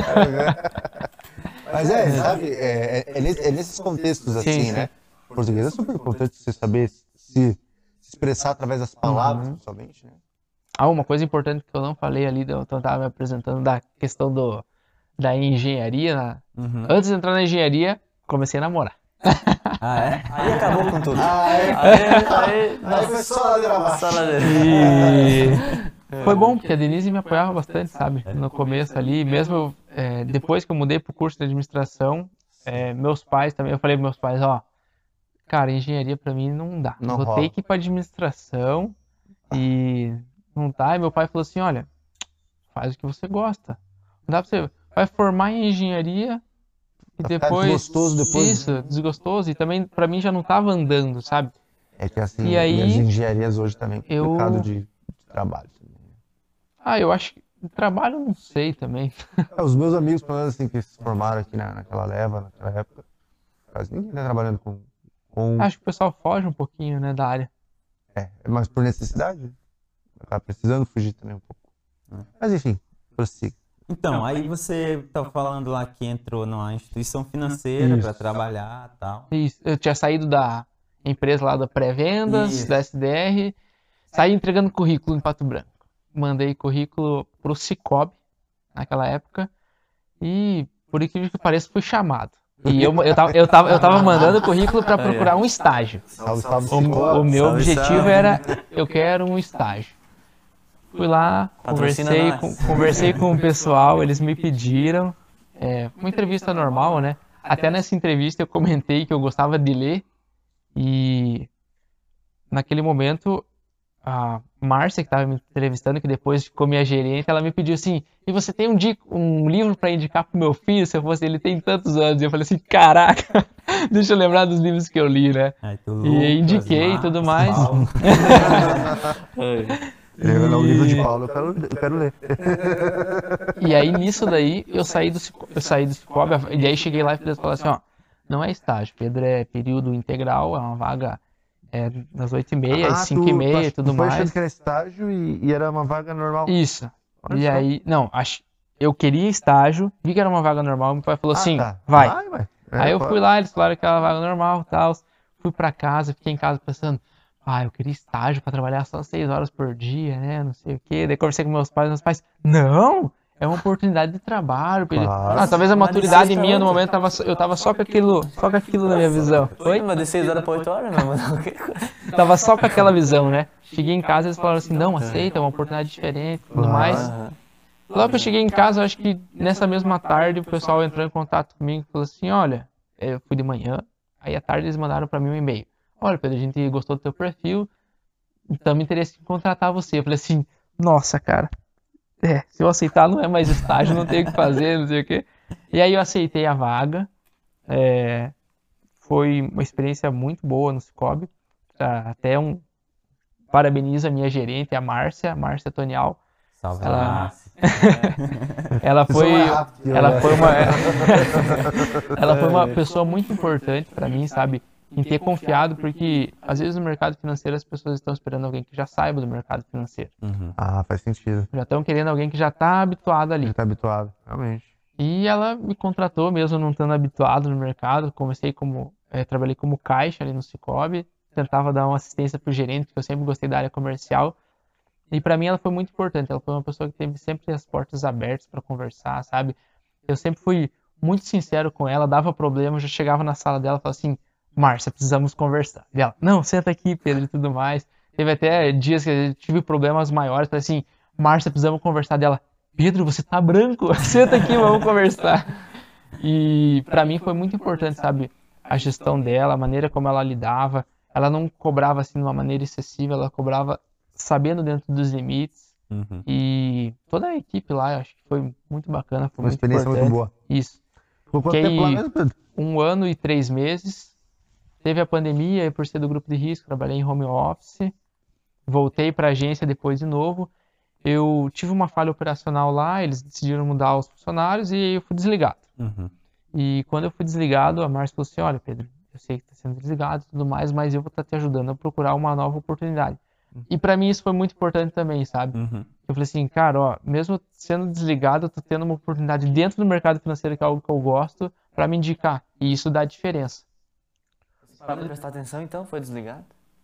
Mas sabe, é nesses contextos assim, Sim. né? O português é super importante você saber se expressar através das palavras, principalmente, né? Uma coisa importante que eu não falei ali, eu tava me apresentando da questão da engenharia. Antes de entrar na engenharia, comecei a namorar. Ah, é? Aí acabou com tudo. Aí foi só ladeira abaixo. Só ladeira. E foi bom, porque a Denise me apoiava bastante, sabe? No começo ali, mesmo depois que eu mudei pro curso de administração, meus pais também, eu falei pros meus pais, cara, engenharia pra mim não dá. Não Vou rola. ter que ir pra administração e não dá. E meu pai falou assim, olha, faz o que você gosta. Não dá pra você, vai formar em engenharia e Vai ficar depois... desgostoso depois. Isso, desgostoso. E também pra mim já não tava andando, sabe? É que assim, E aí, as engenharias hoje também é complicado de trabalho. eu acho que trabalho não sei também. Os meus amigos, pelo menos assim, que se formaram aqui naquela leva, naquela época, quase ninguém tá trabalhando com... Acho que o pessoal foge um pouquinho, né, da área. Mas por necessidade, acaba precisando fugir também um pouco. Mas enfim, prossiga. Então, aí você tá falando lá que entrou numa instituição financeira para Isso. trabalhar e tal. Isso, eu tinha saído da empresa lá da pré-vendas, Isso. da SDR, saí entregando currículo em Pato Branco. Mandei currículo pro Cicobi naquela época e, por incrível que pareça, fui chamado. E eu tava mandando currículo para procurar um estágio. Salve, salve, O meu Salve, objetivo salve. era, eu quero um estágio. Fui lá, Patrocina nós. conversei com o pessoal, eles me pediram, uma entrevista normal, né? Até nessa entrevista eu comentei que eu gostava de ler e naquele momento a Márcia, que estava me entrevistando, que depois ficou minha gerente, ela me pediu assim, e você tem um livro para indicar pro meu filho, se eu fosse, ele tem tantos anos. E eu falei assim, caraca, deixa eu lembrar dos livros que eu li, né? Aí tu, E Lucas, indiquei e tudo mais. Paulo. Ele o livro de Paulo, eu quero ler. E aí, nisso daí, eu saí do Cicobi, e aí cheguei lá e falei assim, ó, não é estágio, Pedro, é período integral, é uma vaga das 8h30, às 5h30 e tudo tu foi achando mais. que era estágio e era uma vaga normal. Isso. Olha E só. aí, não, eu queria estágio, vi que era uma vaga normal, meu pai falou assim, tá. vai. Vai. Aí eu fui lá, eles falaram que era vaga normal e tal, fui pra casa, fiquei em casa pensando, eu queria estágio pra trabalhar só 6 horas por dia, né, não sei o quê. Daí conversei com meus pais, não, é uma oportunidade de trabalho, Pedro. Claro. Talvez a maturidade minha no momento, eu tava só com aquilo na minha visão. Oi? Mas de 6 horas pra 8 horas, meu mano. Tava só com aquela visão, né? Cheguei em casa e eles falaram assim, não, aceita, é uma oportunidade diferente e tudo mais. Logo que eu cheguei em casa, eu acho que nessa mesma tarde o pessoal entrou em contato comigo e falou assim, olha, eu fui de manhã, aí à tarde eles mandaram pra mim um e-mail. Olha, Pedro, a gente gostou do teu perfil, então me interessa em contratar você. Eu falei assim, nossa, cara, se eu aceitar não é mais estágio, não tenho o que fazer, não sei o quê. E aí eu aceitei a vaga, foi uma experiência muito boa no Cicobi, parabenizo a minha gerente, a Márcia Tonial. Salve, Ela- Márcia. Ela foi Ela uma pessoa muito importante pra mim, sabe? Em ter confiado, porque às vezes no mercado financeiro as pessoas estão esperando alguém que já saiba do mercado financeiro. Uhum. faz sentido. Já estão querendo alguém que já está habituado ali. Ele tá habituado, realmente. E ela me contratou mesmo não estando habituado no mercado. Trabalhei como caixa ali no Cicobi, tentava dar uma assistência pro gerente, porque eu sempre gostei da área comercial. E pra mim ela foi muito importante. Ela foi uma pessoa que teve sempre as portas abertas para conversar, sabe? Eu sempre fui muito sincero com ela, dava problema, eu já chegava na sala dela e falava assim, Márcia, precisamos conversar. E ela, não, senta aqui, Pedro, e tudo mais. Teve até dias que eu tive problemas maiores, falei assim, Márcia, precisamos conversar dela. Pedro, você tá branco, senta aqui, vamos conversar. E pra mim foi muito importante, sabe, a gestão dela, a maneira como ela lidava. Ela não cobrava assim de uma maneira excessiva, ela cobrava sabendo dentro dos limites. Uhum. E toda a equipe lá, eu acho que foi muito bacana, foi Uma muito experiência importante. muito boa. Isso. Ficou quanto Fiquei tempo lá mesmo, Pedro? 1 ano e 3 meses. Teve a pandemia, e por ser do grupo de risco, trabalhei em home office. Voltei para a agência depois de novo. Eu tive uma falha operacional lá, eles decidiram mudar os funcionários e eu fui desligado. Uhum. E quando eu fui desligado, a Márcia falou assim, olha, Pedro, eu sei que está sendo desligado e tudo mais, mas eu vou estar te ajudando a procurar uma nova oportunidade. E para mim isso foi muito importante também, sabe? Uhum. Eu falei assim, cara, ó, mesmo sendo desligado, eu tô tendo uma oportunidade dentro do mercado financeiro, que é algo que eu gosto, para me indicar. E isso dá diferença. Para prestar atenção, então, foi desligado?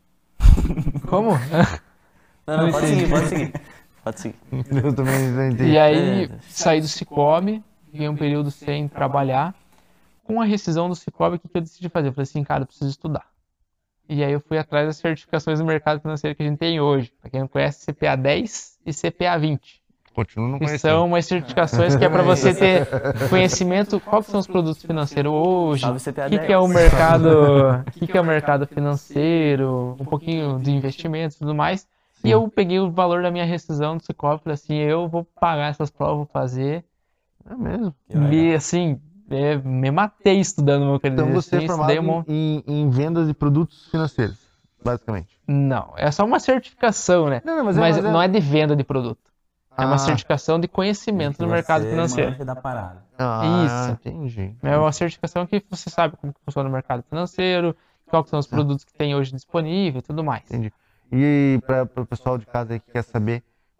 Como? Não, pode seguir, pode seguir. Pode seguir. Eu também já entendi. E aí, saí do Cicobi, fiquei um período sem trabalhar. Com a rescisão do Cicobi, o que eu decidi fazer? Eu falei assim, cara, eu preciso estudar. E aí eu fui atrás das certificações do mercado financeiro que a gente tem hoje. Para quem não conhece, CPA 10 e CPA 20. Continuo não Que conhecendo. são umas certificações que é para você ter conhecimento quais são os produtos financeiros hoje, Salve CPA o que é o mercado, o que é o mercado financeiro, um pouquinho de investimentos e tudo mais. E eu peguei o valor da minha rescisão do Cicobi e falei assim, eu vou pagar essas provas, vou fazer. É mesmo. E assim, me matei estudando meu crédito. Então você é Assim, formado estudei em vendas de produtos financeiros, basicamente. Não, é só uma certificação, né? Não, Mas não é de venda de produto. É uma Ah. certificação de conhecimento do mercado financeiro. Manja da parada. Isso. Entendi. É uma certificação que você sabe como que funciona o mercado financeiro, quais são os produtos que tem hoje disponível e tudo mais. Entendi. E para o pessoal de casa aí que quer saber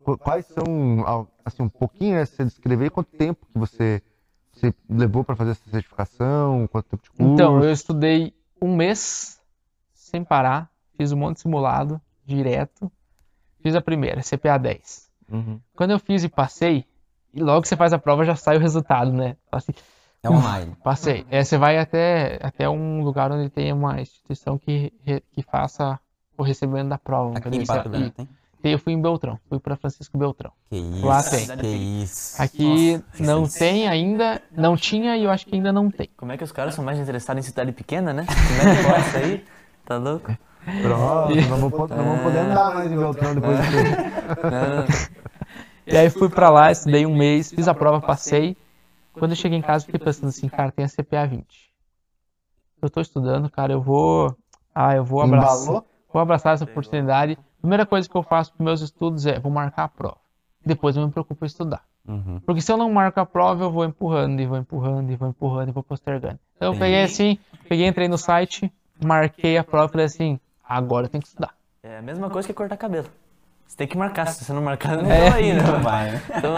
quais são, assim, um pouquinho, né, se você descrever quanto tempo que você levou para fazer essa certificação, quanto tempo de curso? Então, eu estudei um mês sem parar, fiz um monte de simulado, direto. Fiz a primeira, CPA 10. Quando eu fiz e passei, e logo que você faz a prova já sai o resultado, né? Assim, É online. passei. Você vai até um lugar onde tem uma instituição que faça o recebimento da prova. Aqui em Pato Branco tem? Eu fui em Beltrão, fui para Francisco Beltrão. Que isso, Lá tem. que isso. Aqui não tem ainda, não tinha e eu acho que ainda não tem. Como é que os caras são mais interessados em cidade pequena, né? Como é que pode isso aí? Tá louco? Pronto, não vamos poder andar mais em Beltrão depois disso. E aí fui pra lá, estudei um mês, fiz a prova, passei. Quando eu cheguei em casa, fiquei pensando assim, cara, tem a CPA 20. Eu tô estudando, cara, eu vou abraçar essa oportunidade. Primeira coisa que eu faço para meus estudos é, vou marcar a prova. Depois eu me preocupo em estudar. Porque se eu não marco a prova, eu vou empurrando, e vou postergando. Então eu peguei, entrei no site, marquei a prova e falei assim, agora eu tenho que estudar. É a mesma coisa que cortar cabelo. Você tem que marcar, se você não marcar, não vai aí, né? Não vai, né? Então,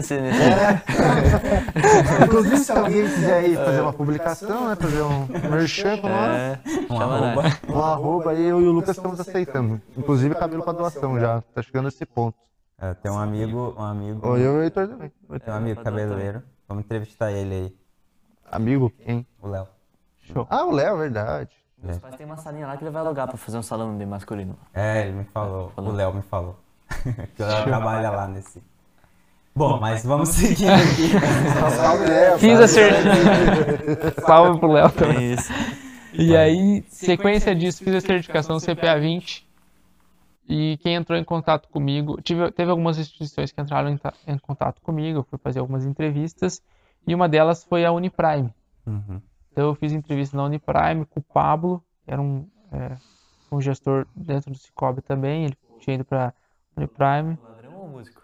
Inclusive, se alguém quiser aí fazer uma publicação, né, fazer um merchan com nós, um arroba, aí eu e o Lucas estamos aceitando. Inclusive cabelo para doação já, tá chegando a esse ponto. Tem um amigo. Ou eu e o Heitor também. Tem um amigo cabeleireiro. Vamos entrevistar ele aí. Amigo? Quem? O Léo. Show. Ah, o Léo, verdade. meus pais têm uma salinha lá que ele vai alugar pra fazer um salão de masculino. Ele me falou. O Léo me falou. Que o Léo trabalha lá nesse. Bom, mas vamos seguir aqui. Salve, Léo. Fiz a certificação. Salve pro Léo também. Isso. E aí, sequência disso, fiz a certificação CPA 20. E quem entrou em contato comigo, teve algumas instituições que entraram em contato comigo, eu fui fazer algumas entrevistas, e uma delas foi a Uniprime. Então eu fiz entrevista na Uniprime com o Pablo, era um gestor dentro do Cicobi também, ele tinha ido para Uniprime. Ladrão ou músico?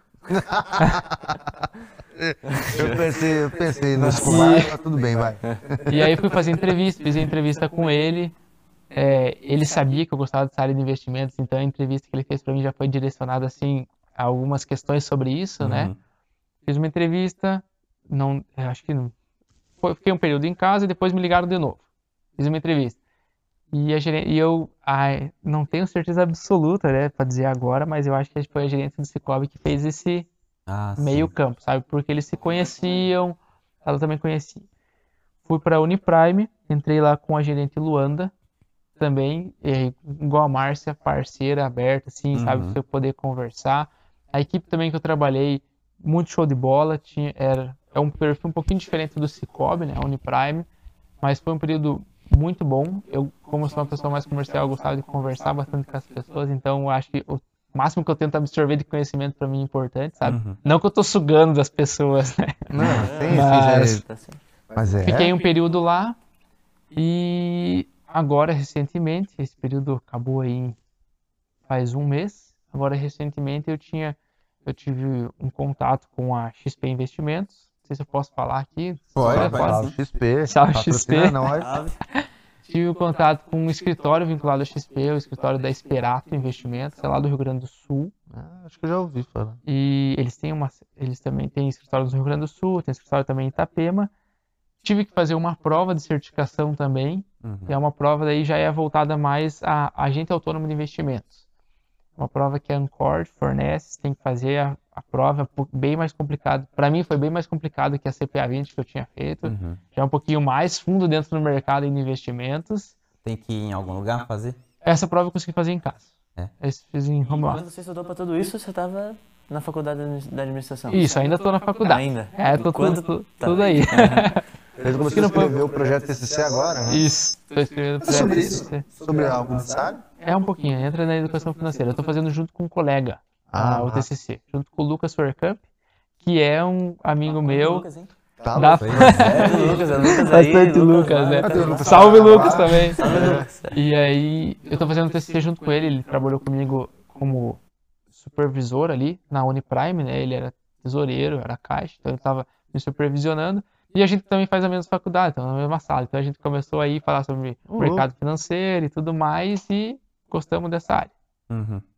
Eu pensei no escolar, mas tudo bem, vai. E aí fui fazer entrevista, fiz a entrevista com ele. Ele sabia que eu gostava dessa área de investimentos, então a entrevista que ele fez para mim já foi direcionada assim a algumas questões sobre isso, né? Fiz uma entrevista, acho que não, fiquei um período em casa e depois me ligaram de novo. Fiz uma entrevista. E eu não tenho certeza absoluta, né, para dizer agora, mas eu acho que foi a gerente do Cicobi que fez esse meio campo, sabe? Porque eles se conheciam, ela também conhecia. Fui para a Uniprime, entrei lá com a gerente Luanda, também, igual a Márcia, parceira, aberta, assim, sabe, pra eu poder conversar. A equipe também que eu trabalhei, muito show de bola, é um perfil um pouquinho diferente do Cicobi, né, a Uniprime, mas foi um período muito bom. Eu, como sou uma pessoa mais comercial, eu gostava de conversar bastante com as pessoas, então eu acho que o máximo que eu tento absorver de conhecimento para mim é importante, sabe? Não que eu tô sugando das pessoas, né? Mas fiquei um período lá e agora, recentemente, esse período acabou aí faz um mês, agora recentemente eu tive um contato com a XP Investimentos, não sei se eu posso falar aqui. Salve XP. Salve XP. Nós. Tive um contato com um escritório vinculado à XP, o escritório da Esperato Investimentos, é lá do Rio Grande do Sul. Acho que eu já ouvi falar. E eles também têm escritório no Rio Grande do Sul, tem escritório também em Itapema. Tive que fazer uma prova de certificação também, e é uma prova daí já é voltada mais a agente autônomo de investimentos. Uma prova que a Ancord fornece, tem que fazer a prova bem mais complicado. Para mim foi bem mais complicado que a CPA 20 que eu tinha feito. Já é um pouquinho mais fundo dentro do mercado de investimentos. Tem que ir em algum lugar fazer? Essa prova eu consegui fazer em casa. Eu fiz em home office. Quando você estudou para tudo isso, você estava na faculdade da administração? Isso, ainda estou na faculdade. Ainda? Tô tudo aí. Desde que você escreveu o projeto TCC agora, né? Isso, estou escrevendo o projeto Sobre TCC. isso? Sobre algo, sabe? É um pouquinho, entra na educação financeira. Eu estou fazendo junto com um colega, o TCC, junto com o Lucas Werkamp, que é um amigo meu. Lucas, hein? Tá, Da... Lucas. Lucas aí. Bastante Lucas, né? Lucas. Salve Lucas também. Salve, Lucas. E aí, eu tô fazendo TCC junto com ele trabalhou comigo como supervisor ali na Uniprime, né? Ele era tesoureiro, era caixa, então ele tava me supervisionando. E a gente também faz a mesma faculdade, então na mesma sala. Então a gente começou aí a falar sobre o mercado financeiro e tudo mais e gostamos dessa área.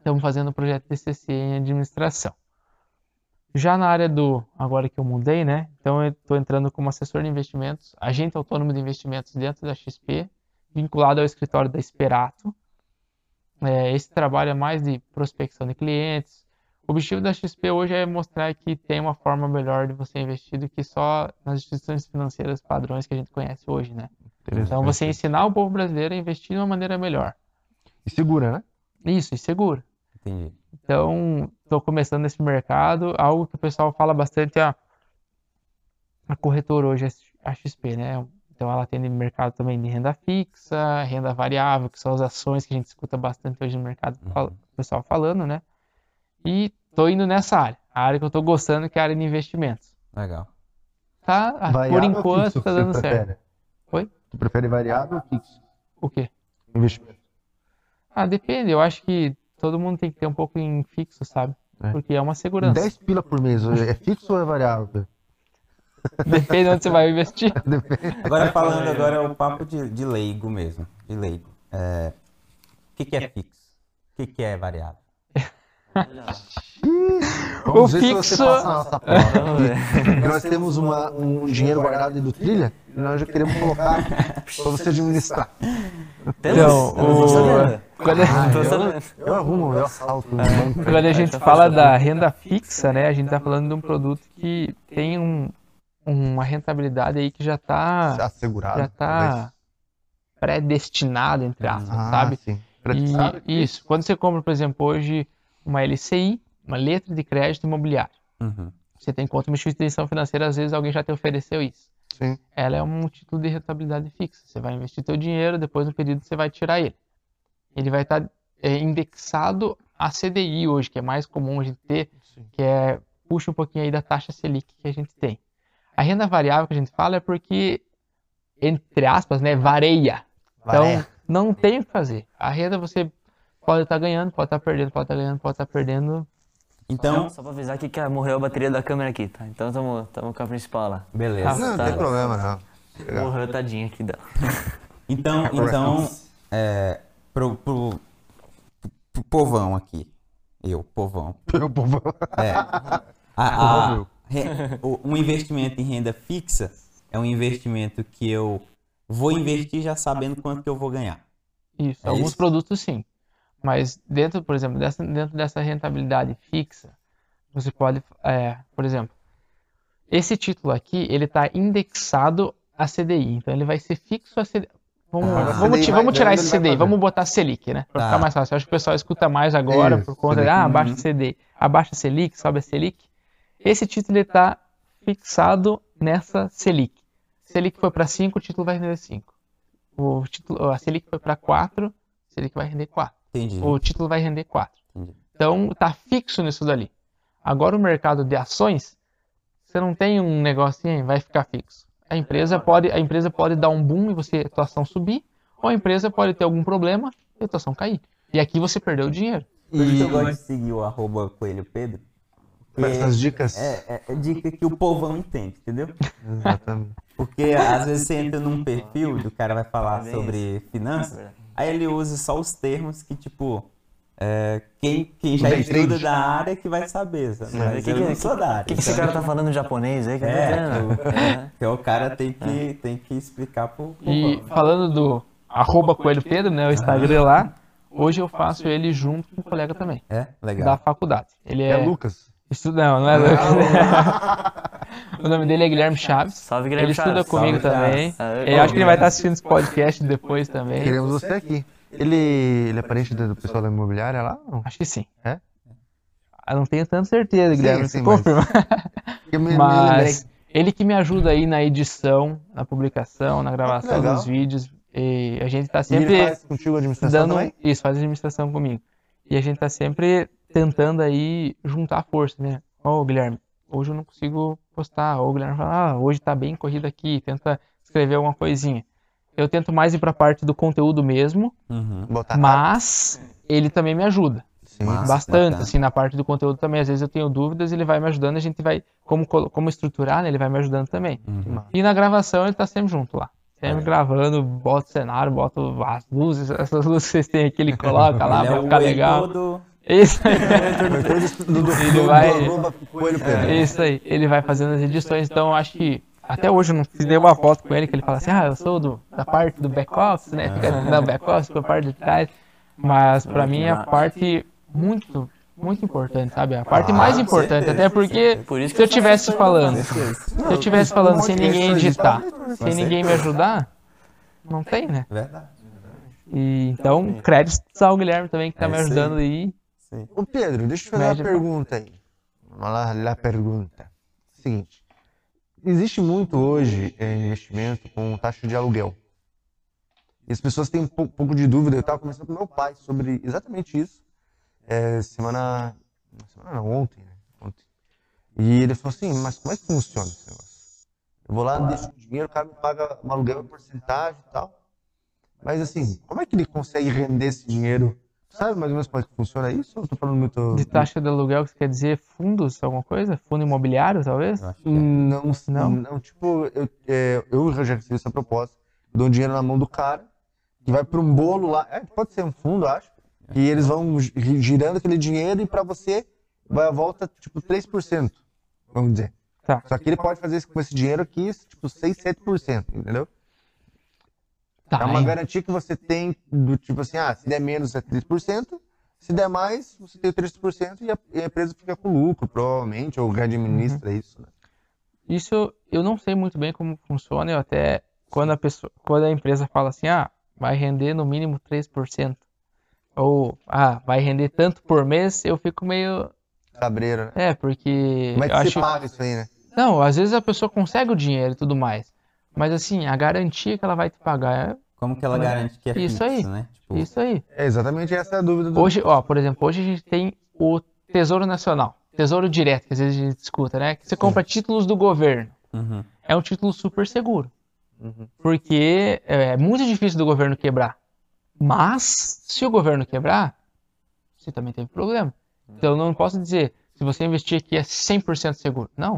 estamos fazendo o projeto TCC em administração. Já na área agora que eu mudei, né? Então eu estou entrando como assessor de investimentos, agente autônomo de investimentos dentro da XP, vinculado ao escritório da Esperato. Esse trabalho é mais de prospecção de clientes. O objetivo da XP hoje é mostrar que tem uma forma melhor de você investir do que só nas instituições financeiras padrões que a gente conhece hoje, né? Então você ensinar o povo brasileiro a investir de uma maneira melhor. E segura, né? Isso, e seguro. Entendi. Então, estou começando nesse mercado, algo que o pessoal fala bastante, a corretora hoje é a XP, né? Então ela atende mercado também de renda fixa, renda variável, que são as ações que a gente escuta bastante hoje no mercado, o pessoal falando, né? E tô indo nessa área, a área que eu tô gostando, que é a área de investimentos. Legal. Tá, por Variável ou enquanto fixo tá que você dando certo. prefere? Oi? Tu prefere variável ou fixo? O quê? Investimento. Depende, eu acho que todo mundo tem que ter um pouco em fixo, sabe? Porque é uma segurança. 10 pila por mês, é fixo ou é variável? Depende de onde você vai investir. Agora falando agora é o papo de leigo mesmo, de leigo. O que é fixo? O que é variável? Vamos O ver se você fixo- passa na nossa prova. Nós temos um dinheiro guardado do Trilha e nós já queremos colocar para você administrar. Temos? Então, Eu não tô sabendo. quando, Tô sabendo. Eu arrumo, eu assalto no banco. quando a gente fala da renda fixa, né, a gente está falando de um produto que tem uma rentabilidade aí que já está Assegurado. predestinado, entre aspas, sabe? Sim. E isso, quando você compra, por exemplo, hoje uma LCI, uma letra de crédito imobiliário, Uhum. você tem conta uma instituição financeira, às vezes alguém já te ofereceu isso. Sim. Ela é um título de rentabilidade fixa. Você vai investir teu dinheiro, depois no período você vai tirar ele. Ele vai estar indexado a CDI hoje, que é mais comum a gente ter, que puxa um pouquinho aí da taxa Selic que a gente tem. A renda variável que a gente fala é porque, entre aspas, né, vareia. Então, Vareia. não tem o que fazer. A renda você pode estar ganhando, pode estar perdendo, pode estar ganhando, pode estar perdendo. Então, Só pra avisar aqui que morreu a bateria da câmera aqui, tá? Então tamo com a principal lá. beleza. Não, Tá. tem problema, não. Morreu, tadinha aqui dela. Então pro povão aqui, povão. Meu povo. Um investimento em renda fixa é um investimento que eu vou investir já sabendo quanto que eu vou ganhar. Isso, É alguns isso? produtos sim. Mas dentro, por exemplo, dentro dessa rentabilidade fixa, você pode, por exemplo, esse título aqui, ele está indexado a CDI. Então ele vai ser fixo a CDI. Vamos tirar esse CDI, vamos botar Selic, né? Para Tá. ficar mais fácil. Eu acho que o pessoal escuta mais agora Isso, por conta Selic. abaixa CDI, abaixa Selic, sobe a Selic. Esse título está fixado nessa Selic. Selic foi para 5, o título vai render 5. A Selic foi para 4, Selic vai render 4. Entendi. O título vai render 4. Entendi. Então tá fixo nisso dali. Agora o mercado de ações, você não tem um negocinho, vai ficar fixo. A empresa pode dar um boom e a tua ação subir, ou a empresa pode ter algum problema e a tua ação cair. E aqui você perdeu o dinheiro. Por isso eu gosto de seguir o @Coelho Pedro. Essas dicas. É dica que o povão entende, entendeu? Exatamente. Porque às vezes você entra num perfil e o cara vai falar sobre finanças, aí ele usa só os termos que, tipo, quem já Day estuda trade. da área que vai saber, sabe? Mas eu não sou da área. O que esse cara tá falando em japonês aí? Que eu não tô entendendo. Porque o cara tem que explicar pro E povão. falando do @Coelho Pedro, né, o Instagram lá, hoje eu faço ele junto com um colega também, É? da Legal. faculdade. Ele É Lucas? Não é Lucas. O nome dele é Guilherme Chaves. Salve, Guilherme Ele estuda Chaves. comigo Salve, também. Chaves. Eu acho que ele vai estar assistindo esse podcast depois também. Queremos você aqui. Ele é parente do pessoal da imobiliária lá? Não? Acho que sim. É? Eu não tenho tanta certeza, Guilherme, sim, você mas- confirma. Eu me lembrei. Mas ele que me ajuda aí na edição, na publicação, na gravação legal. dos vídeos. E a gente tá E ele sempre faz contigo a administração dando também? isso, faz administração comigo. E a gente tá sempre tentando aí juntar força, né? Guilherme, hoje eu não consigo postar. O Guilherme fala, hoje tá bem corrido aqui, tenta escrever alguma coisinha. Eu tento mais ir pra parte do conteúdo mesmo, Uhum. Botar mas ele também me ajuda. Sim. Massa, Bastante, bacana. assim, na parte do conteúdo também. Às vezes eu tenho dúvidas, ele vai me ajudando, a gente vai, como estruturar, né? Ele vai me ajudando também. Uhum. E na gravação ele tá sempre junto lá. Sempre gravando, bota o cenário, bota as luzes, essas luzes que vocês têm aqui, ele coloca lá Ele é pra o ficar Heitor legal. do Isso aí. Ele vai- Coelho Pedro. Isso aí. Ele vai fazendo as edições, então eu acho que até hoje eu não fiz nenhuma foto com ele, que ele fala assim, eu sou da parte do back-office, né? Fica na back-office, com a parte de trás. Mas pra mim é a parte muito, muito importante, sabe? A parte mais importante, até porque Por isso que se eu eu sou tivesse assessor falando, da se eu tivesse falando sem ninguém editar, sem ninguém me ajudar, não tem, né? Verdade. E, então, créditos ao Guilherme também, que tá É me isso aí. ajudando aí. Sim. Ô Pedro, deixa eu te fazer Média uma pergunta aí. Vamos lá, a pergunta. Seguinte, existe muito hoje investimento com taxa de aluguel. E as pessoas têm um pouco de dúvida. Eu estava conversando com meu pai sobre exatamente isso. Ontem, né? Ontem. E ele falou assim, mas como é que funciona esse negócio? Eu vou lá, deixo o dinheiro, o cara me paga um aluguel em porcentagem e tal. Mas assim, como é que ele consegue render esse dinheiro? Sabe mais ou menos como é que funciona isso? Ou eu tô falando muito... De taxa de aluguel, que você quer dizer fundos, alguma coisa? Fundo imobiliário, talvez? Eu acho que é. Não, tipo, eu já recebi essa proposta. Eu dou um dinheiro na mão do cara, que vai para um bolo lá. Pode ser um fundo, acho. E eles vão girando aquele dinheiro e para você vai à volta, tipo, 3%, vamos dizer. Tá. Só que ele pode fazer isso com esse dinheiro aqui, tipo, 6, 7%, entendeu? Tá, É uma hein? garantia que você tem do tipo assim, se der menos é 3%, se der mais, você tem o 3% e a empresa fica com lucro, provavelmente, ou administra isso, né? Isso eu não sei muito bem como funciona, eu até quando a empresa fala assim, vai render no mínimo 3%, ou vai render tanto por mês, eu fico meio, Cabreiro, né? porque Como é eu que você acho, paga isso aí, né? não, às vezes a pessoa consegue o dinheiro e tudo mais, mas assim, a garantia que ela vai te pagar Como que ela garante que é Isso fixo, aí. né? Tipo, Isso aí. É exatamente essa a dúvida do... Hoje, por exemplo, hoje a gente tem o Tesouro Nacional, Tesouro Direto, que às vezes a gente escuta, né? Que você compra títulos do governo. uhum. É um título super seguro. Porque é muito difícil do governo quebrar. Mas, se o governo quebrar, você também teve problema. Então, eu não posso dizer, se você investir aqui é 100% seguro. Não.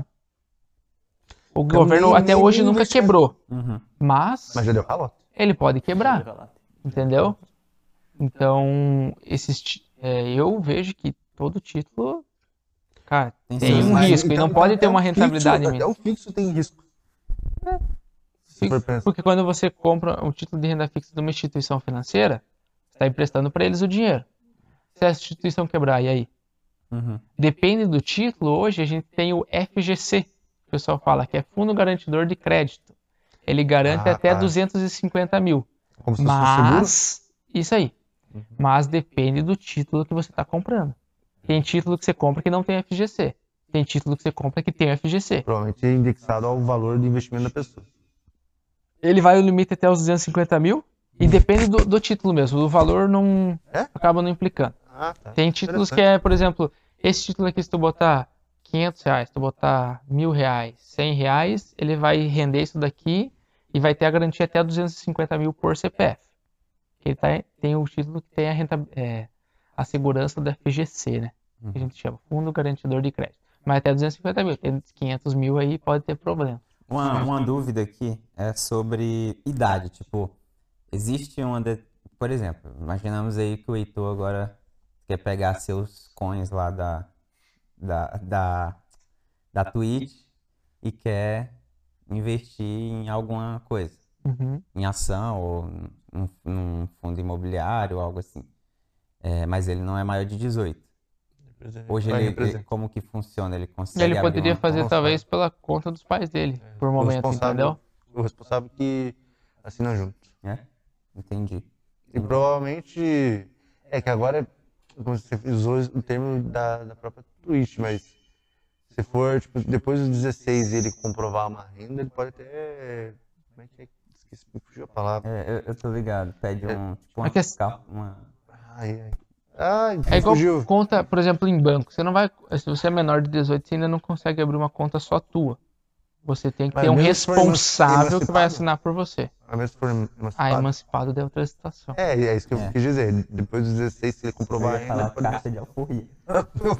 O governo até hoje nunca quebrou. Uhum. Mas já deu calote. Ele pode quebrar. Entendeu? Então, eu vejo que todo título, cara, tem seus um riscos. risco e não pode ter uma rentabilidade Até mínima. o fixo tem risco. Se for pensar. Porque quando você compra um título de renda fixa de uma instituição financeira, você está emprestando para eles o dinheiro. Se a instituição quebrar, e aí? Uhum. Depende do título, hoje a gente tem o FGC, que o pessoal fala, que é Fundo Garantidor de Crédito. Ele garante até 250 mil. Como se fosse um seguro? Mas, isso aí. Mas depende do título que você está comprando. Tem título que você compra que não tem FGC. Tem título que você compra que tem FGC. Provavelmente é indexado ao valor de investimento da pessoa. Ele vai no limite até os 250 mil e depende do título mesmo. O valor não acaba não implicando. Tá. Tem títulos que por exemplo, esse título aqui, se tu botar R$500, se tu botar R$1.000, R$100, ele vai render isso daqui e vai ter a garantia até 250 mil por CPF. Ele tem o título que tem a segurança da FGC, né? Que a gente chama Fundo Garantidor de Crédito. Mas até 250 mil, tem 500 mil aí pode ter problema. Uma dúvida aqui é sobre idade. Tipo, existe por exemplo, imaginamos aí que o Heitor agora quer pegar seus coins lá da Twitch e quer investir em alguma coisa. Em ação ou num fundo imobiliário ou algo assim. Mas ele não é maior de 18. Hoje como que funciona? Ele consegue Ele abrir poderia uma fazer conta? talvez pela conta dos pais dele, por momento, entendeu? O responsável que assina junto. Entendi. E provavelmente que agora você usou o termo da própria Twitch, mas se for tipo, depois dos 16 ele comprovar uma renda, ele pode até... Como é que é? Esqueci, me fugiu a palavra. Eu tô ligado. Pede uma... É igual conta, por exemplo, em banco. Você não vai, se você é menor de 18, você ainda não consegue abrir uma conta só tua. Você tem que ter um responsável que vai assinar por você. Mas se for emancipado? Emancipado é outra situação. É isso que eu quis dizer. Depois dos 16, se ele comprovar a renda, ele pode... Carta de alforria. Meu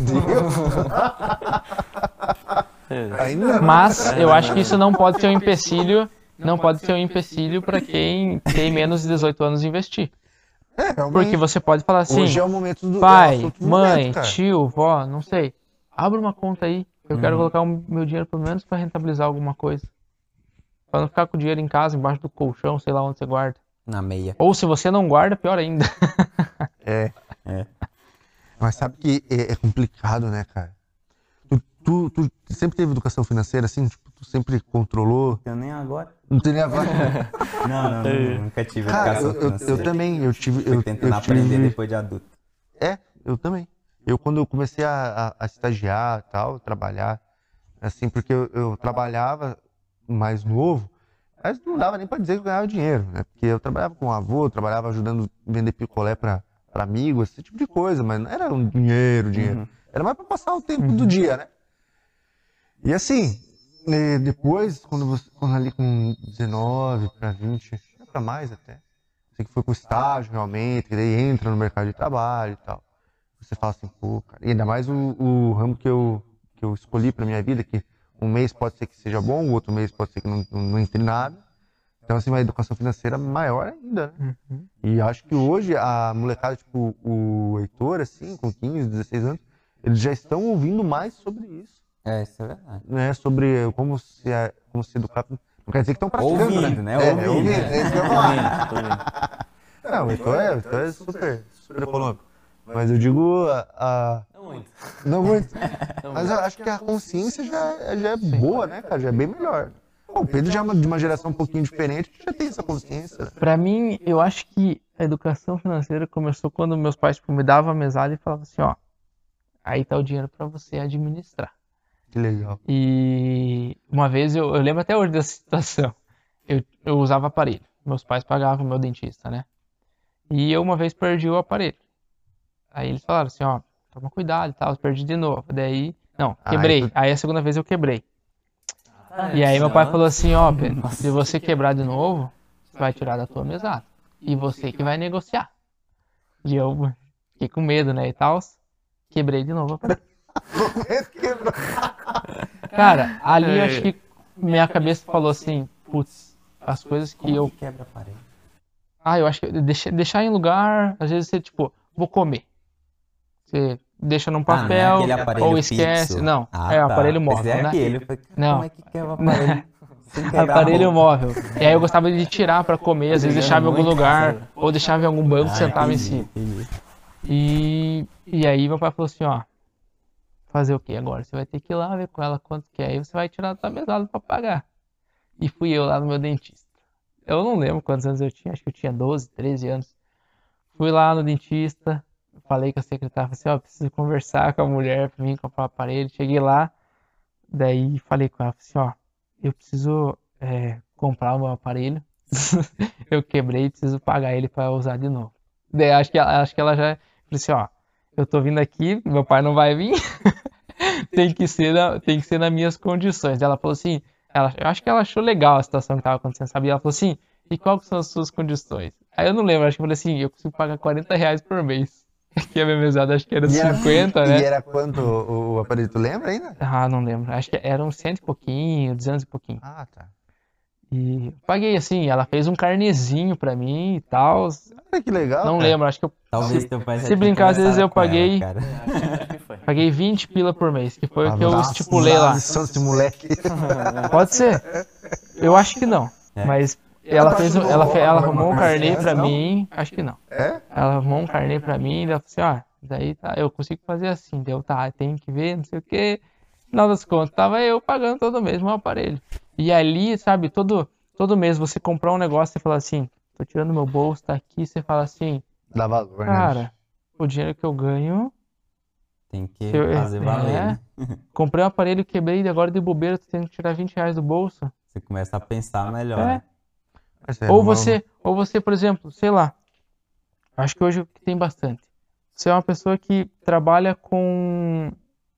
Deus! Mas eu acho que isso não pode ser um empecilho. Não pode ser um empecilho para quem tem menos de 18 anos investir. realmente. Porque você pode falar assim, Hoje é o momento do pai, assunto do mãe, momento, cara. tio, vó, não sei. Abre uma conta aí. Eu quero colocar o meu dinheiro pelo menos pra rentabilizar alguma coisa. Pra não ficar com o dinheiro em casa, embaixo do colchão, sei lá onde você guarda. Na meia. Ou se você não guarda, pior ainda. É. Mas sabe que é complicado, né, cara? Tu sempre teve educação financeira, assim? Tipo, tu sempre controlou? Eu nem agora. Não tem nem agora? Não, nunca tive Cara, educação financeira. eu também. Eu tive. Fui tentando aprender depois de adulto. Eu também. Quando eu comecei a estagiar e tal, trabalhar, assim, porque eu trabalhava mais novo, mas não dava nem pra dizer que eu ganhava dinheiro, né? Porque eu trabalhava com o avô, trabalhava ajudando a vender picolé pra amigos, esse tipo de coisa, mas não era um dinheiro. Era mais pra passar o tempo do dia, né? E assim, depois, quando ali com 19 pra 20, acho pra mais até, você que foi com estágio realmente, que daí entra no mercado de trabalho e tal. Você fala assim, pô, cara. E ainda mais o ramo que eu escolhi pra minha vida, que um mês pode ser que seja bom, o outro mês pode ser que não entre nada. Então, assim, uma educação financeira maior ainda, né? E acho que hoje a molecada, tipo o Heitor, assim, com 15, 16 anos, eles já estão ouvindo mais sobre isso. Isso é verdade. Né? Sobre como se educar. Não quer dizer que estão praticando, Ouvindo, né? Ouvindo. É isso que eu ia falar. Tô ouvindo. Não, o Heitor é super econômico. Mas eu digo Não muito. Não muito. Mas eu acho que a consciência já é boa, né, cara? Já é bem melhor. Bom, o Pedro já é de uma geração um pouquinho diferente, que já tem essa consciência. Né? Pra mim, eu acho que a educação financeira começou quando meus pais tipo, me davam a mesada e falavam assim, ó, aí tá o dinheiro pra você administrar. Que legal. E uma vez, eu lembro até hoje dessa situação, eu usava aparelho, meus pais pagavam o meu dentista, né? E eu uma vez perdi o aparelho. Aí eles falaram assim, ó, toma cuidado e tal, eu perdi de novo. Daí, não, quebrei. Aí a segunda vez eu quebrei. E aí meu pai falou assim, ó, Pedro, se você quebrar de novo, você vai tirar da tua mesada. E você que vai negociar. E eu fiquei com medo, né, e tal. Quebrei de novo. Cara, ali eu acho que minha cabeça falou assim, putz, as coisas que eu... Quebra aparelho. eu acho que deixar em lugar, às vezes você, tipo, vou comer. Você deixa num papel, ou esquece. Fixo. Não, o aparelho móvel, né? Não. Como é que quebra o aparelho? Aparelho móvel. E aí eu gostava de tirar pra comer, às vezes deixava em algum lugar, ou deixava em algum banco, sentava em cima. E aí meu pai falou assim, ó, fazer o que agora? Você vai ter que ir lá ver com ela quanto que é, aí você vai tirar da tua mesada pra pagar. E fui eu lá no meu dentista. Eu não lembro quantos anos eu tinha, acho que eu tinha 12, 13 anos. Fui lá no dentista, falei com a secretária, falei assim, ó, preciso conversar com a mulher pra mim comprar o aparelho. Cheguei lá, daí falei com ela, falei assim, ó, eu preciso comprar o meu aparelho. Eu quebrei, preciso pagar ele pra usar de novo. Daí acho que ela já falou assim, ó, eu tô vindo aqui, meu pai não vai vir. tem que ser nas minhas condições. Ela falou assim, eu acho que ela achou legal a situação que tava acontecendo, sabe? Ela falou assim, e qual que são as suas condições? Aí eu não lembro, acho que eu falei assim, eu consigo pagar R$40 por mês. Que a minha mesada acho que era 50, né? E era quanto o aparelho, tu lembra ainda? Não lembro. Acho que eram 100 e pouquinho, 200 e pouquinho. Ah, tá. E paguei assim, ela fez um carnezinho pra mim e tal. Olha que legal, Não cara. lembro, acho que eu... Talvez teu pai já Se brincar, às vezes eu paguei... Acho que foi. Paguei 20 pila por mês, que foi o que eu estipulei lá. Esse moleque. Pode ser. Eu acho que não. Mas ela arrumou um carnê pra mim, acho que não. É? Ela arrumou um carnê pra mim e ela falou assim, ó, daí tá, eu consigo fazer assim. Deu, tá, tem que ver, não sei o quê. No final das contas, tava eu pagando todo mês meu aparelho. E ali, sabe, todo mês você comprar um negócio, você fala assim, tô tirando meu bolso, tá aqui, você fala assim, Dá valor, né? cara, o dinheiro que eu ganho... Tem que fazer valer, né? Comprei um aparelho, quebrei e agora de bobeira tô tendo que tirar R$20 do bolso. Você começa a pensar melhor, né? Ou você, por exemplo, sei lá, acho que hoje tem bastante. Você é uma pessoa que trabalha com...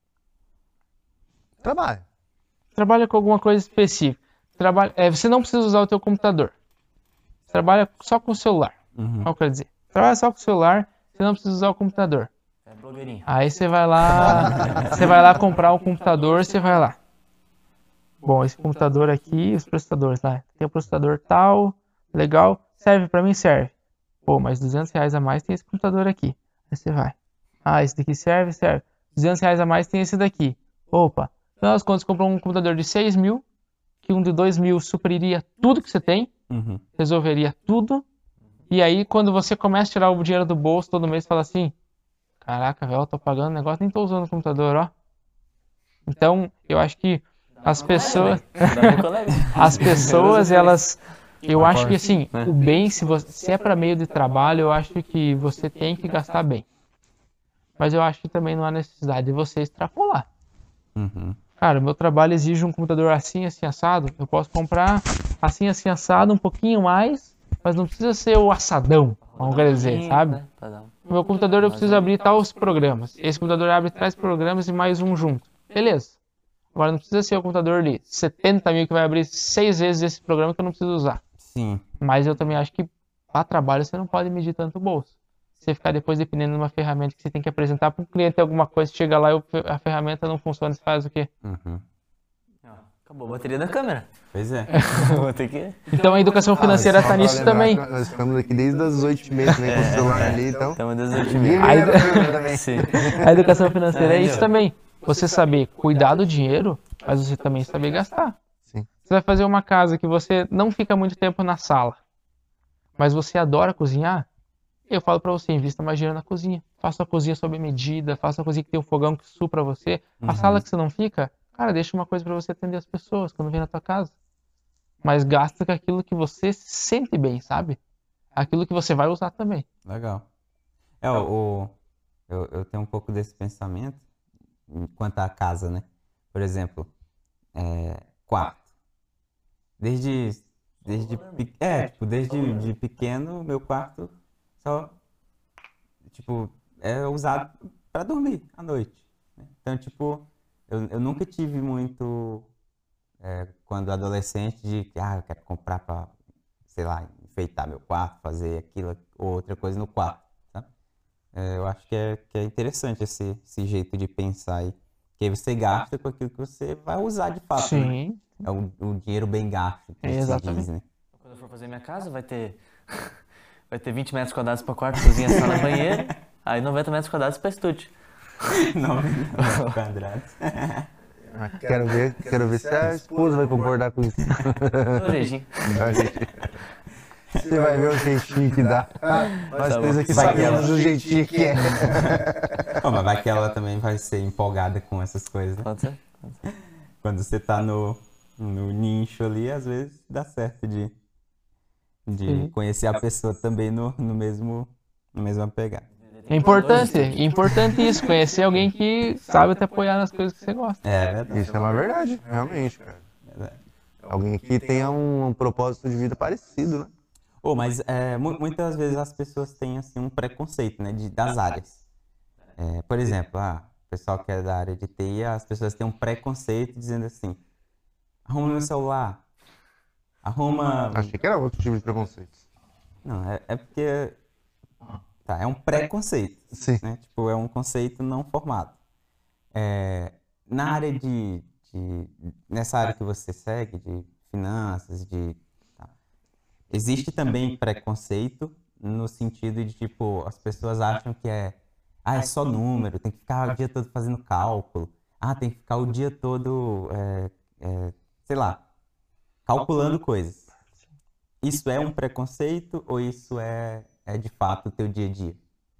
Trabalha com alguma coisa específica. Você não precisa usar o teu computador. Você trabalha só com o celular. Qual que eu quero dizer? Trabalha só com o celular, você não precisa usar o computador. É blogueirinho. Aí você vai lá comprar um computador, você vai lá. Bom, esse computador aqui, os processadores lá. Tem o processador tal, legal, serve pra mim? Serve. Pô, mas R$200 a mais tem esse computador aqui. Aí você vai. Ah, esse daqui serve, serve. R$200 a mais tem esse daqui. Opa, afinal das contas, você comprou um computador de 6 mil, que um de 2 mil supriria tudo que você tem, resolveria tudo. E aí, quando você começa a tirar o dinheiro do bolso todo mês, fala assim, caraca, velho, eu tô pagando o negócio, nem tô usando o computador, ó. Então, eu acho que as pessoas... As pessoas, elas... Eu acho que, assim, o bem, se é para meio de trabalho, eu acho que você tem que gastar bem. Mas eu acho que também não há necessidade de você extrapolar. Cara, o meu trabalho exige um computador assim, assim, assado. Eu posso comprar assim, assim, assado, um pouquinho mais, mas não precisa ser o assadão, vamos dizer, sabe? No meu computador eu preciso abrir tais programas. Esse computador abre tais programas e mais um junto. Beleza. Agora não precisa ser o computador de 70 mil que vai abrir 6 vezes esse programa que eu não preciso usar. Sim. Mas eu também acho que para trabalho você não pode medir tanto o bolso. Você ficar depois dependendo de uma ferramenta que você tem que apresentar para um cliente alguma coisa, chega lá e a ferramenta não funciona, você faz o quê? Acabou a bateria da câmera. Pois é. Vou ter que... Então a educação financeira está nisso também. Nós estamos aqui desde as 8h30 também com o celular ali, então... Estamos desde as 8h30. A educação financeira é isso também. Você saber cuidar do dinheiro, mas você também saber gastar. Sim. Você vai fazer uma casa que você não fica muito tempo na sala, mas você adora cozinhar, eu falo pra você, invista mais dinheiro na cozinha. Faça a cozinha sob medida, faça a cozinha que tem um fogão que supra você. A sala que você não fica, cara, deixa uma coisa pra você atender as pessoas quando vem na tua casa. Mas gasta com aquilo que você se sente bem, sabe? Aquilo que você vai usar também. Legal. Eu tenho um pouco desse pensamento quanto à casa, né? Por exemplo, quarto. Desde de pequeno, meu quarto só, tipo, é usado para dormir à noite, né? Então, tipo, eu nunca tive muito, quando adolescente, de que, eu quero comprar para, sei lá, enfeitar meu quarto, fazer aquilo ou outra coisa no quarto, tá? Eu acho que é interessante esse jeito de pensar aí. Que aí você gasta com aquilo que você vai usar de fato. Sim. Né? É um dinheiro bem gasto, que se Exatamente. diz, né? Quando eu for fazer minha casa, vai ter 20 metros quadrados para quarto, cozinha, sala, banheiro. Aí 90 metros quadrados para estúdio. 90 metros quadrados. Quero ver se a esposa vai concordar com isso. Do jeitinho. Você vai ver o jeitinho que dá. Nós três aqui sabemos o jeitinho que é. Mas vai que ela também vai ser empolgada com essas coisas, né? Pode ser. Quando você tá no nicho ali, às vezes dá certo de conhecer a pessoa também no mesmo pegada. É importante isso, conhecer alguém que sabe te apoiar nas coisas que você gosta. É verdade. Isso é uma verdade, realmente, cara. Alguém que tenha um propósito de vida parecido, né? Mas muitas vezes as pessoas têm assim, um preconceito, né, das áreas. Por exemplo, o pessoal que é da área de TI, as pessoas têm um preconceito dizendo assim, arruma meu celular, arruma... Achei que era outro tipo de preconceito. Não, é porque... Tá, é um preconceito. Sim. Né? Tipo, é um conceito não formado. Na área nessa área que você segue, de finanças, existe também preconceito no sentido de, tipo, as pessoas acham que é só número, tem que ficar o dia todo fazendo cálculo. Tem que ficar o dia todo, sei lá, calculando coisas. Isso é um preconceito ou isso é de fato o teu dia a dia?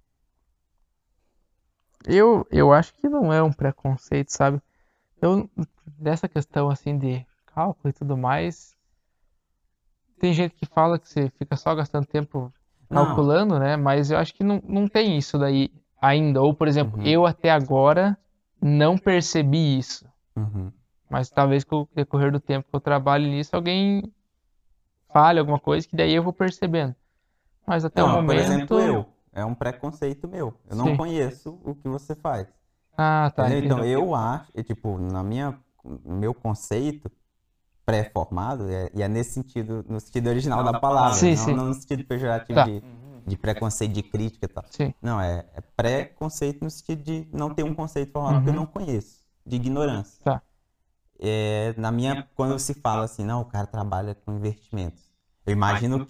Eu acho que não é um preconceito, sabe? Dessa questão assim de cálculo e tudo mais, tem gente que fala que você fica só gastando tempo calculando, né? Mas eu acho que não tem isso daí ainda. Ou, por exemplo, eu até agora não percebi isso. Mas talvez com o decorrer do tempo que eu trabalho nisso, alguém fale alguma coisa que daí eu vou percebendo. Mas até o momento... Por exemplo, é um preconceito meu. Eu não conheço o que você faz. Tá. Então, eu acho, tipo, no meu conceito pré-formado, e é nesse sentido, no sentido original da palavra, não no sentido pejorativo de preconceito, de crítica e tal. Sim. Não, é preconceito no sentido de não ter um conceito formado que eu não conheço, de ignorância. Tá. Quando se fala assim, não, o cara trabalha com investimentos, eu imagino o quê? O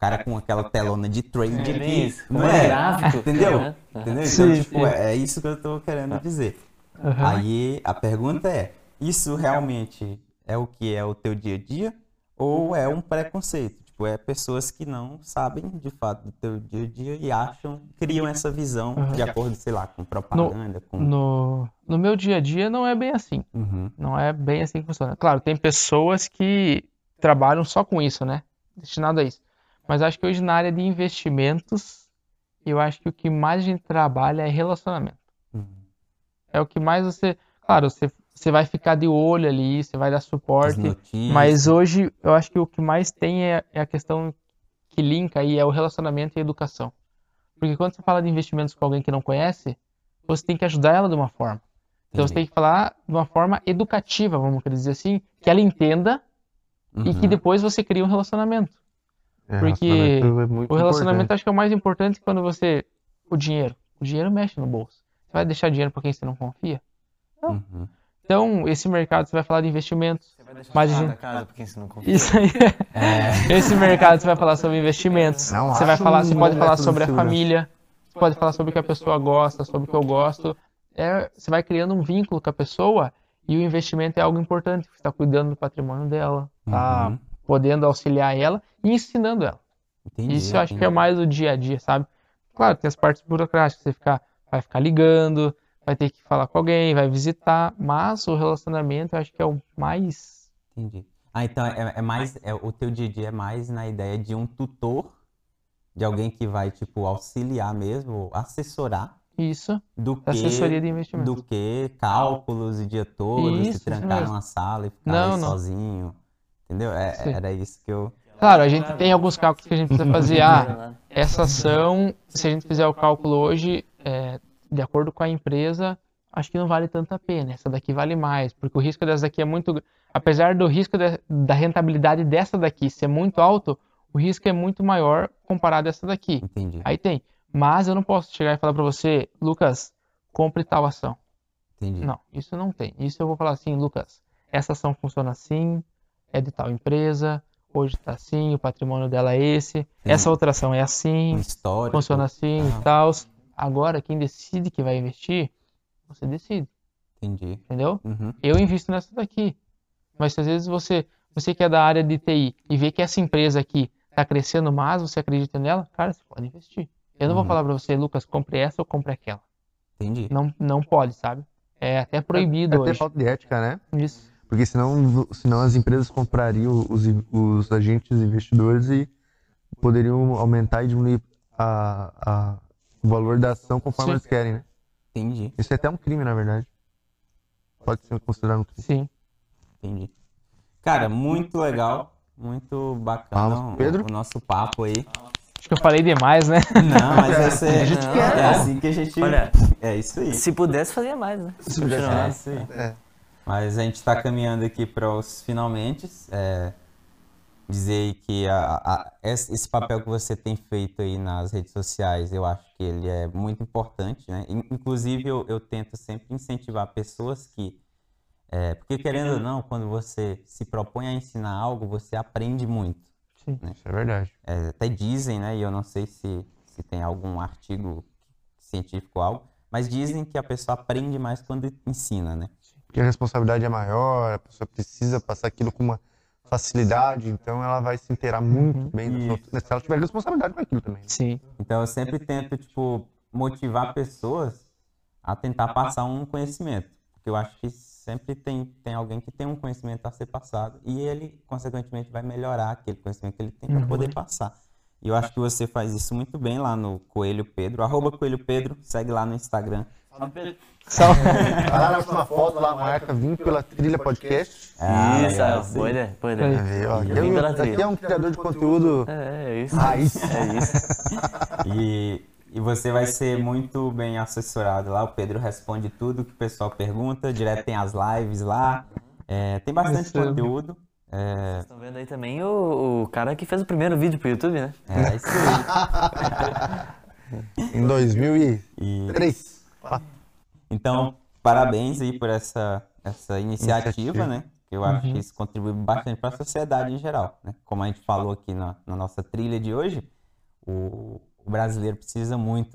cara com aquela telona de trade aqui. Isso, Não é é? gráfico. Entendeu? Né? Entendeu? Sim, Então, tipo, sim. é isso que eu tô querendo dizer. Uhum. Aí a pergunta é, isso realmente é o que é o teu dia a dia? Ou é um preconceito? Tipo, é pessoas que não sabem de fato do teu dia a dia e criam essa visão de acordo, sei lá, com propaganda, com... No meu dia a dia não é bem assim. Uhum. Não é bem assim que funciona. Claro, tem pessoas que trabalham só com isso, né? Destinado a isso. Mas acho que hoje na área de investimentos, eu acho que o que mais a gente trabalha é relacionamento. Uhum. É o que mais você... Claro, você vai ficar de olho ali, você vai dar As suporte. notícias. Mas hoje eu acho que o que mais tem é a questão que linka aí, é o relacionamento e a educação. Porque quando você fala de investimentos com alguém que não conhece, você tem que ajudar ela de uma forma. Então você tem que falar de uma forma educativa, vamos dizer assim, que ela entenda e que depois você cria um relacionamento. Porque Relacionamento é muito o relacionamento importante. acho que é o mais importante quando você... O dinheiro mexe no bolso. Você vai deixar dinheiro para quem você não confia? Não. Uhum. Então, esse mercado você vai falar de investimentos. Você vai deixar Mas a fora gente- da casa pra quem você não confia. Isso aí. Esse mercado você vai falar sobre investimentos. Não Você vai acho falar, um você pode bom falar método sobre a de segurança. família. Você pode falar sobre o que a pessoa gosta, sobre o que eu gosto. Você vai criando um vínculo com a pessoa e o investimento é algo importante. Você está cuidando do patrimônio dela, tá Uhum. podendo auxiliar ela e ensinando ela. Entendi, Isso eu acho que é entendi. mais o dia a dia, sabe? Claro, tem as partes burocráticas, vai ficar ligando, vai ter que falar com alguém, vai visitar, mas o relacionamento eu acho que é o mais... Entendi. Ah, então o teu dia a dia é mais na ideia de um tutor, de alguém que vai, tipo, auxiliar mesmo, assessorar, Isso, do que, assessoria de investimento. do que cálculos o dia todo, Isso se trancar mesmo. numa sala e ficar Não, ali não. sozinho. Entendeu? Sim. Era isso que eu... Claro, a gente tem alguns cálculos que a gente precisa fazer. lá. Essa ação, se a gente fizer o cálculo hoje, de acordo com a empresa, acho que não vale tanto a pena. Essa daqui vale mais, porque o risco dessa daqui é muito... Apesar do risco da rentabilidade dessa daqui ser muito alto, o risco é muito maior comparado a essa daqui. Entendi. Aí tem. Mas eu não posso chegar e falar para você, Lucas, compre tal ação. Entendi. Não, isso não tem. Isso eu vou falar assim, Lucas, essa ação funciona assim, é de tal empresa, hoje tá assim, o patrimônio dela é esse, essa outra ação é assim, Um histórico. funciona assim e tal. Agora, quem decide que vai investir, você decide, Entendi. entendeu? Uhum. Eu invisto nessa daqui. Mas se às vezes você que é da área de TI e vê que essa empresa aqui tá crescendo mais, você acredita nela, cara, você pode investir. Eu não vou falar para você, Lucas, compre essa ou compre aquela. Entendi. Não pode, sabe? É até proibido É até hoje. falta de ética, né? Isso. Porque senão as empresas comprariam os agentes investidores e poderiam aumentar e diminuir o valor da ação conforme Sim. eles querem, né? Entendi. Isso é até um crime, na verdade. Pode ser considerado um crime. Sim. Entendi. Cara, muito legal. Muito bacana Vamos, Pedro? o nosso papo aí. Acho que eu falei demais, né? Não, mas essa A gente quer. é assim que a gente... Olha, É isso aí. se pudesse, fazia mais, né? Se pudesse, É isso aí. É. Mas a gente está caminhando aqui para os finalmente. Dizer aí que esse papel que você tem feito aí nas redes sociais, eu acho que ele é muito importante, né? Inclusive, eu tento sempre incentivar pessoas que... porque, querendo ou não, quando você se propõe a ensinar algo, você aprende muito. Sim. Né? Isso é verdade. Até dizem, né? E eu não sei se tem algum artigo científico ou algo, mas dizem que a pessoa aprende mais quando ensina, né? Porque a responsabilidade é maior, a pessoa precisa passar aquilo com uma facilidade, então ela vai se inteirar muito bem. Se ela tiver responsabilidade com aquilo também. Sim. Então eu sempre tento, tipo, motivar pessoas a tentar passar um conhecimento. Porque eu acho que sempre tem alguém que tem um conhecimento a ser passado e ele, consequentemente, vai melhorar aquele conhecimento que ele tem para poder passar. E eu acho que você faz isso muito bem lá no Coelho Pedro, @CoelhoPedro, segue lá no Instagram. Vai lá na última foto, lá marca Vim pela Trilha Podcast. Isso, legal, boa ideia, boa ideia. Aí, ó, Eu vim pela aqui trilha. é um criador de conteúdo É isso. raiz. É isso. E você vai ser muito bem assessorado lá. O Pedro responde tudo que o pessoal pergunta, direto tem as lives lá. Tem bastante Isso. conteúdo. Estão vendo aí também o cara que fez o primeiro vídeo pro YouTube, né? É isso aí. Em 2003. Então, parabéns aí por essa iniciativa, né? Eu acho que isso contribui bastante para a sociedade em geral, né? Como a gente falou aqui na nossa trilha de hoje, o brasileiro precisa muito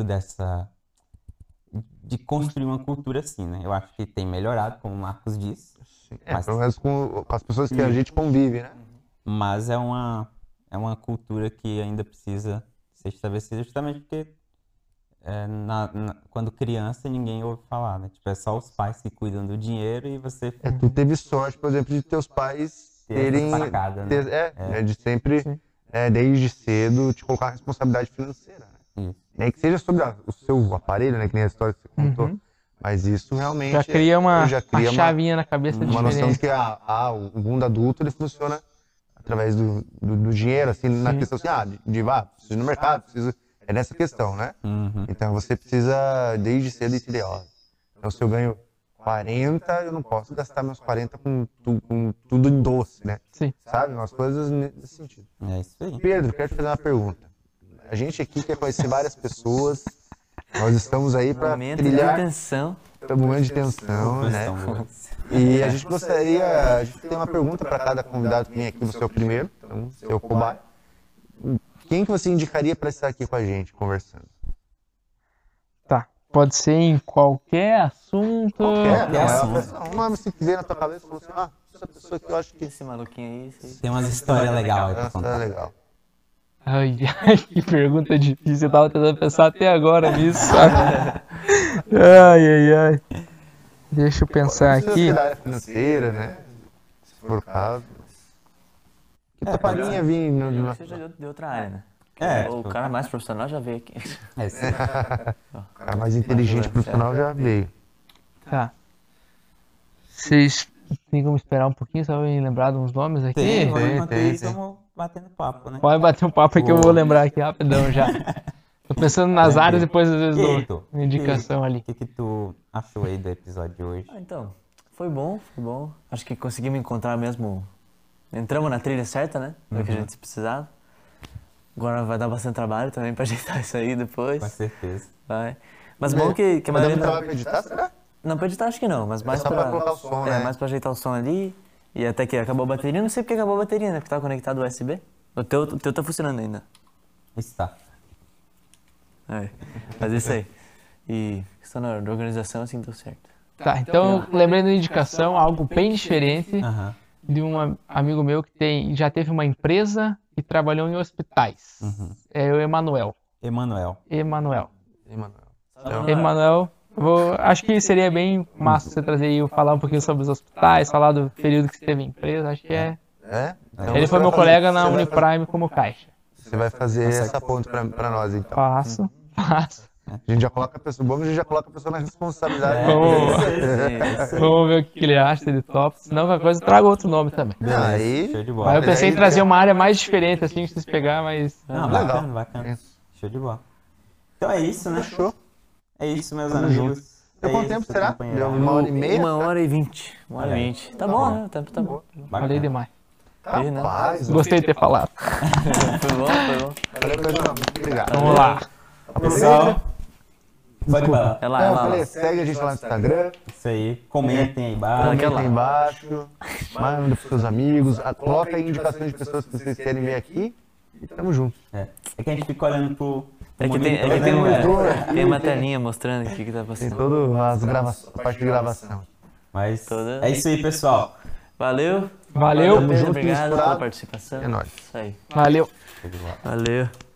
de construir uma cultura assim, né? Eu acho que tem melhorado, como o Marcos disse, mas, Pelo menos com as pessoas que a gente convive, né? mas é uma cultura que ainda precisa ser estabelecida justamente porque quando criança ninguém ouve falar, né? Tipo, é só os pais que cuidam do dinheiro e você Tu teve sorte, por exemplo, de teus pais ter essa terem... sacada, né? de sempre, desde cedo, te colocar a responsabilidade financeira, né? Isso. Nem que seja sobre o seu aparelho, né? Que nem a história que você contou. Mas isso realmente... Já cria uma cria chavinha na cabeça uma noção de diferente. que o mundo adulto ele funciona através do dinheiro, assim, na questão assim, preciso ir no mercado, preciso... É nessa questão, né? Então você precisa, desde cedo, entender, então se eu ganho 40, eu não posso gastar meus 40 com tudo em doce, né? Sim. Sabe? Umas coisas nesse sentido. É isso aí. Pedro, quero te fazer uma pergunta. A gente aqui quer conhecer várias pessoas, nós estamos aí para Momento de trilhar tensão. o momento de tensão, né? São boas. E a gente tem uma pergunta para cada convidado que vem aqui, você é o primeiro, então você é o cobaia. Quem que você indicaria para estar aqui com a gente, conversando? Tá. Pode ser em qualquer assunto. Um nome se quiser na tua cabeça, você fala assim, essa pessoa que eu acho que Esse maluquinho aí, esse aí. Tem umas histórias legais aí pra essa é contar. legal. Ai, que pergunta difícil. Eu tava tentando pensar até agora nisso, sabe? Ai. Deixa eu pensar Precisa aqui. ser da área financeira, né? Se for o caso. Que tua palhinha vir no... Seja de outra área, né? Tipo, O cara mais profissional já veio aqui. sim. O cara mais inteligente profissional já veio. Tá. Vocês têm como esperar um pouquinho, só pra me lembrar de uns nomes aqui? Enquanto tem. isso, vamos batendo papo, né? Pode bater um papo aí que eu vou lembrar aqui rapidão já. Tô pensando nas áreas, depois às vezes E aí, dou Heitor? uma indicação ali. O que tu achou aí do episódio de hoje? Então, foi bom. Acho que conseguimos encontrar mesmo. Entramos na trilha certa, né? Do que a gente precisava. Agora vai dar bastante trabalho também pra ajeitar isso aí depois. Com certeza. Vai. Mas bom que a Mas dá maioria muito trabalho pra editar, será? Não, pra editar acho que não, mas mais só pra colocar o som, né? mais pra ajeitar o som ali. E até que acabou a bateria. Não sei porque acabou a bateria, né? Porque tava conectado ao USB. O teu tá funcionando ainda. Está. Mas isso aí. E questão da organização, assim, deu certo. Tá, então lembrando da indicação, algo bem diferente Aham. de um amigo meu que já teve uma empresa e trabalhou em hospitais. É o Emanuel. Emanuel. Emanuel. Emanuel. Emanuel, acho que seria bem massa você trazer e falar um pouquinho sobre os hospitais, falar do período que você teve em empresa, acho que é... É? Então Ele você foi vai meu fazer- colega na você vai Uniprime como caixa. Você vai fazer essa ponte pra nós, então. Faço. A gente já coloca a pessoa, bom, a gente já coloca a pessoa na responsabilidade. Vamos ver o que ele acha, se ele topa. Se não, qualquer coisa, traga outro nome também. Aí, Show de Mas bola. eu pensei em trazer uma área mais diferente, assim, que vocês pegar, mas... Não, legal. bacana, bacana. Show de bola. Então é isso, né? Show. É isso, meus Tamo amigos. Deu É quanto isso, tempo será? companheiro. Deu 1h30? 1h20. 1h20. Tá bom, né? O tempo tá bom. Falei demais. Rapaz, Gostei de ter falado. Foi bom. valeu, Pedro. Obrigado. Vamos lá. Pessoal, pode falar. É lá. Falei, segue a gente lá no Instagram, Isso aí. Comentem aí embaixo. comenta aí embaixo, manda pros seus amigos, coloca aí indicações de pessoas que vocês querem ver aqui e tamo junto. É que a gente fica olhando pro É que monitor, tem, né? tem uma telinha mostrando aqui que tá Tem passando. todas as gravações, a parte de gravação. Mas Toda- é isso aí, pessoal. Valeu. Valeu. Pedro, junto e obrigado misturado. pela participação. É nóis. Isso aí. Valeu. Valeu.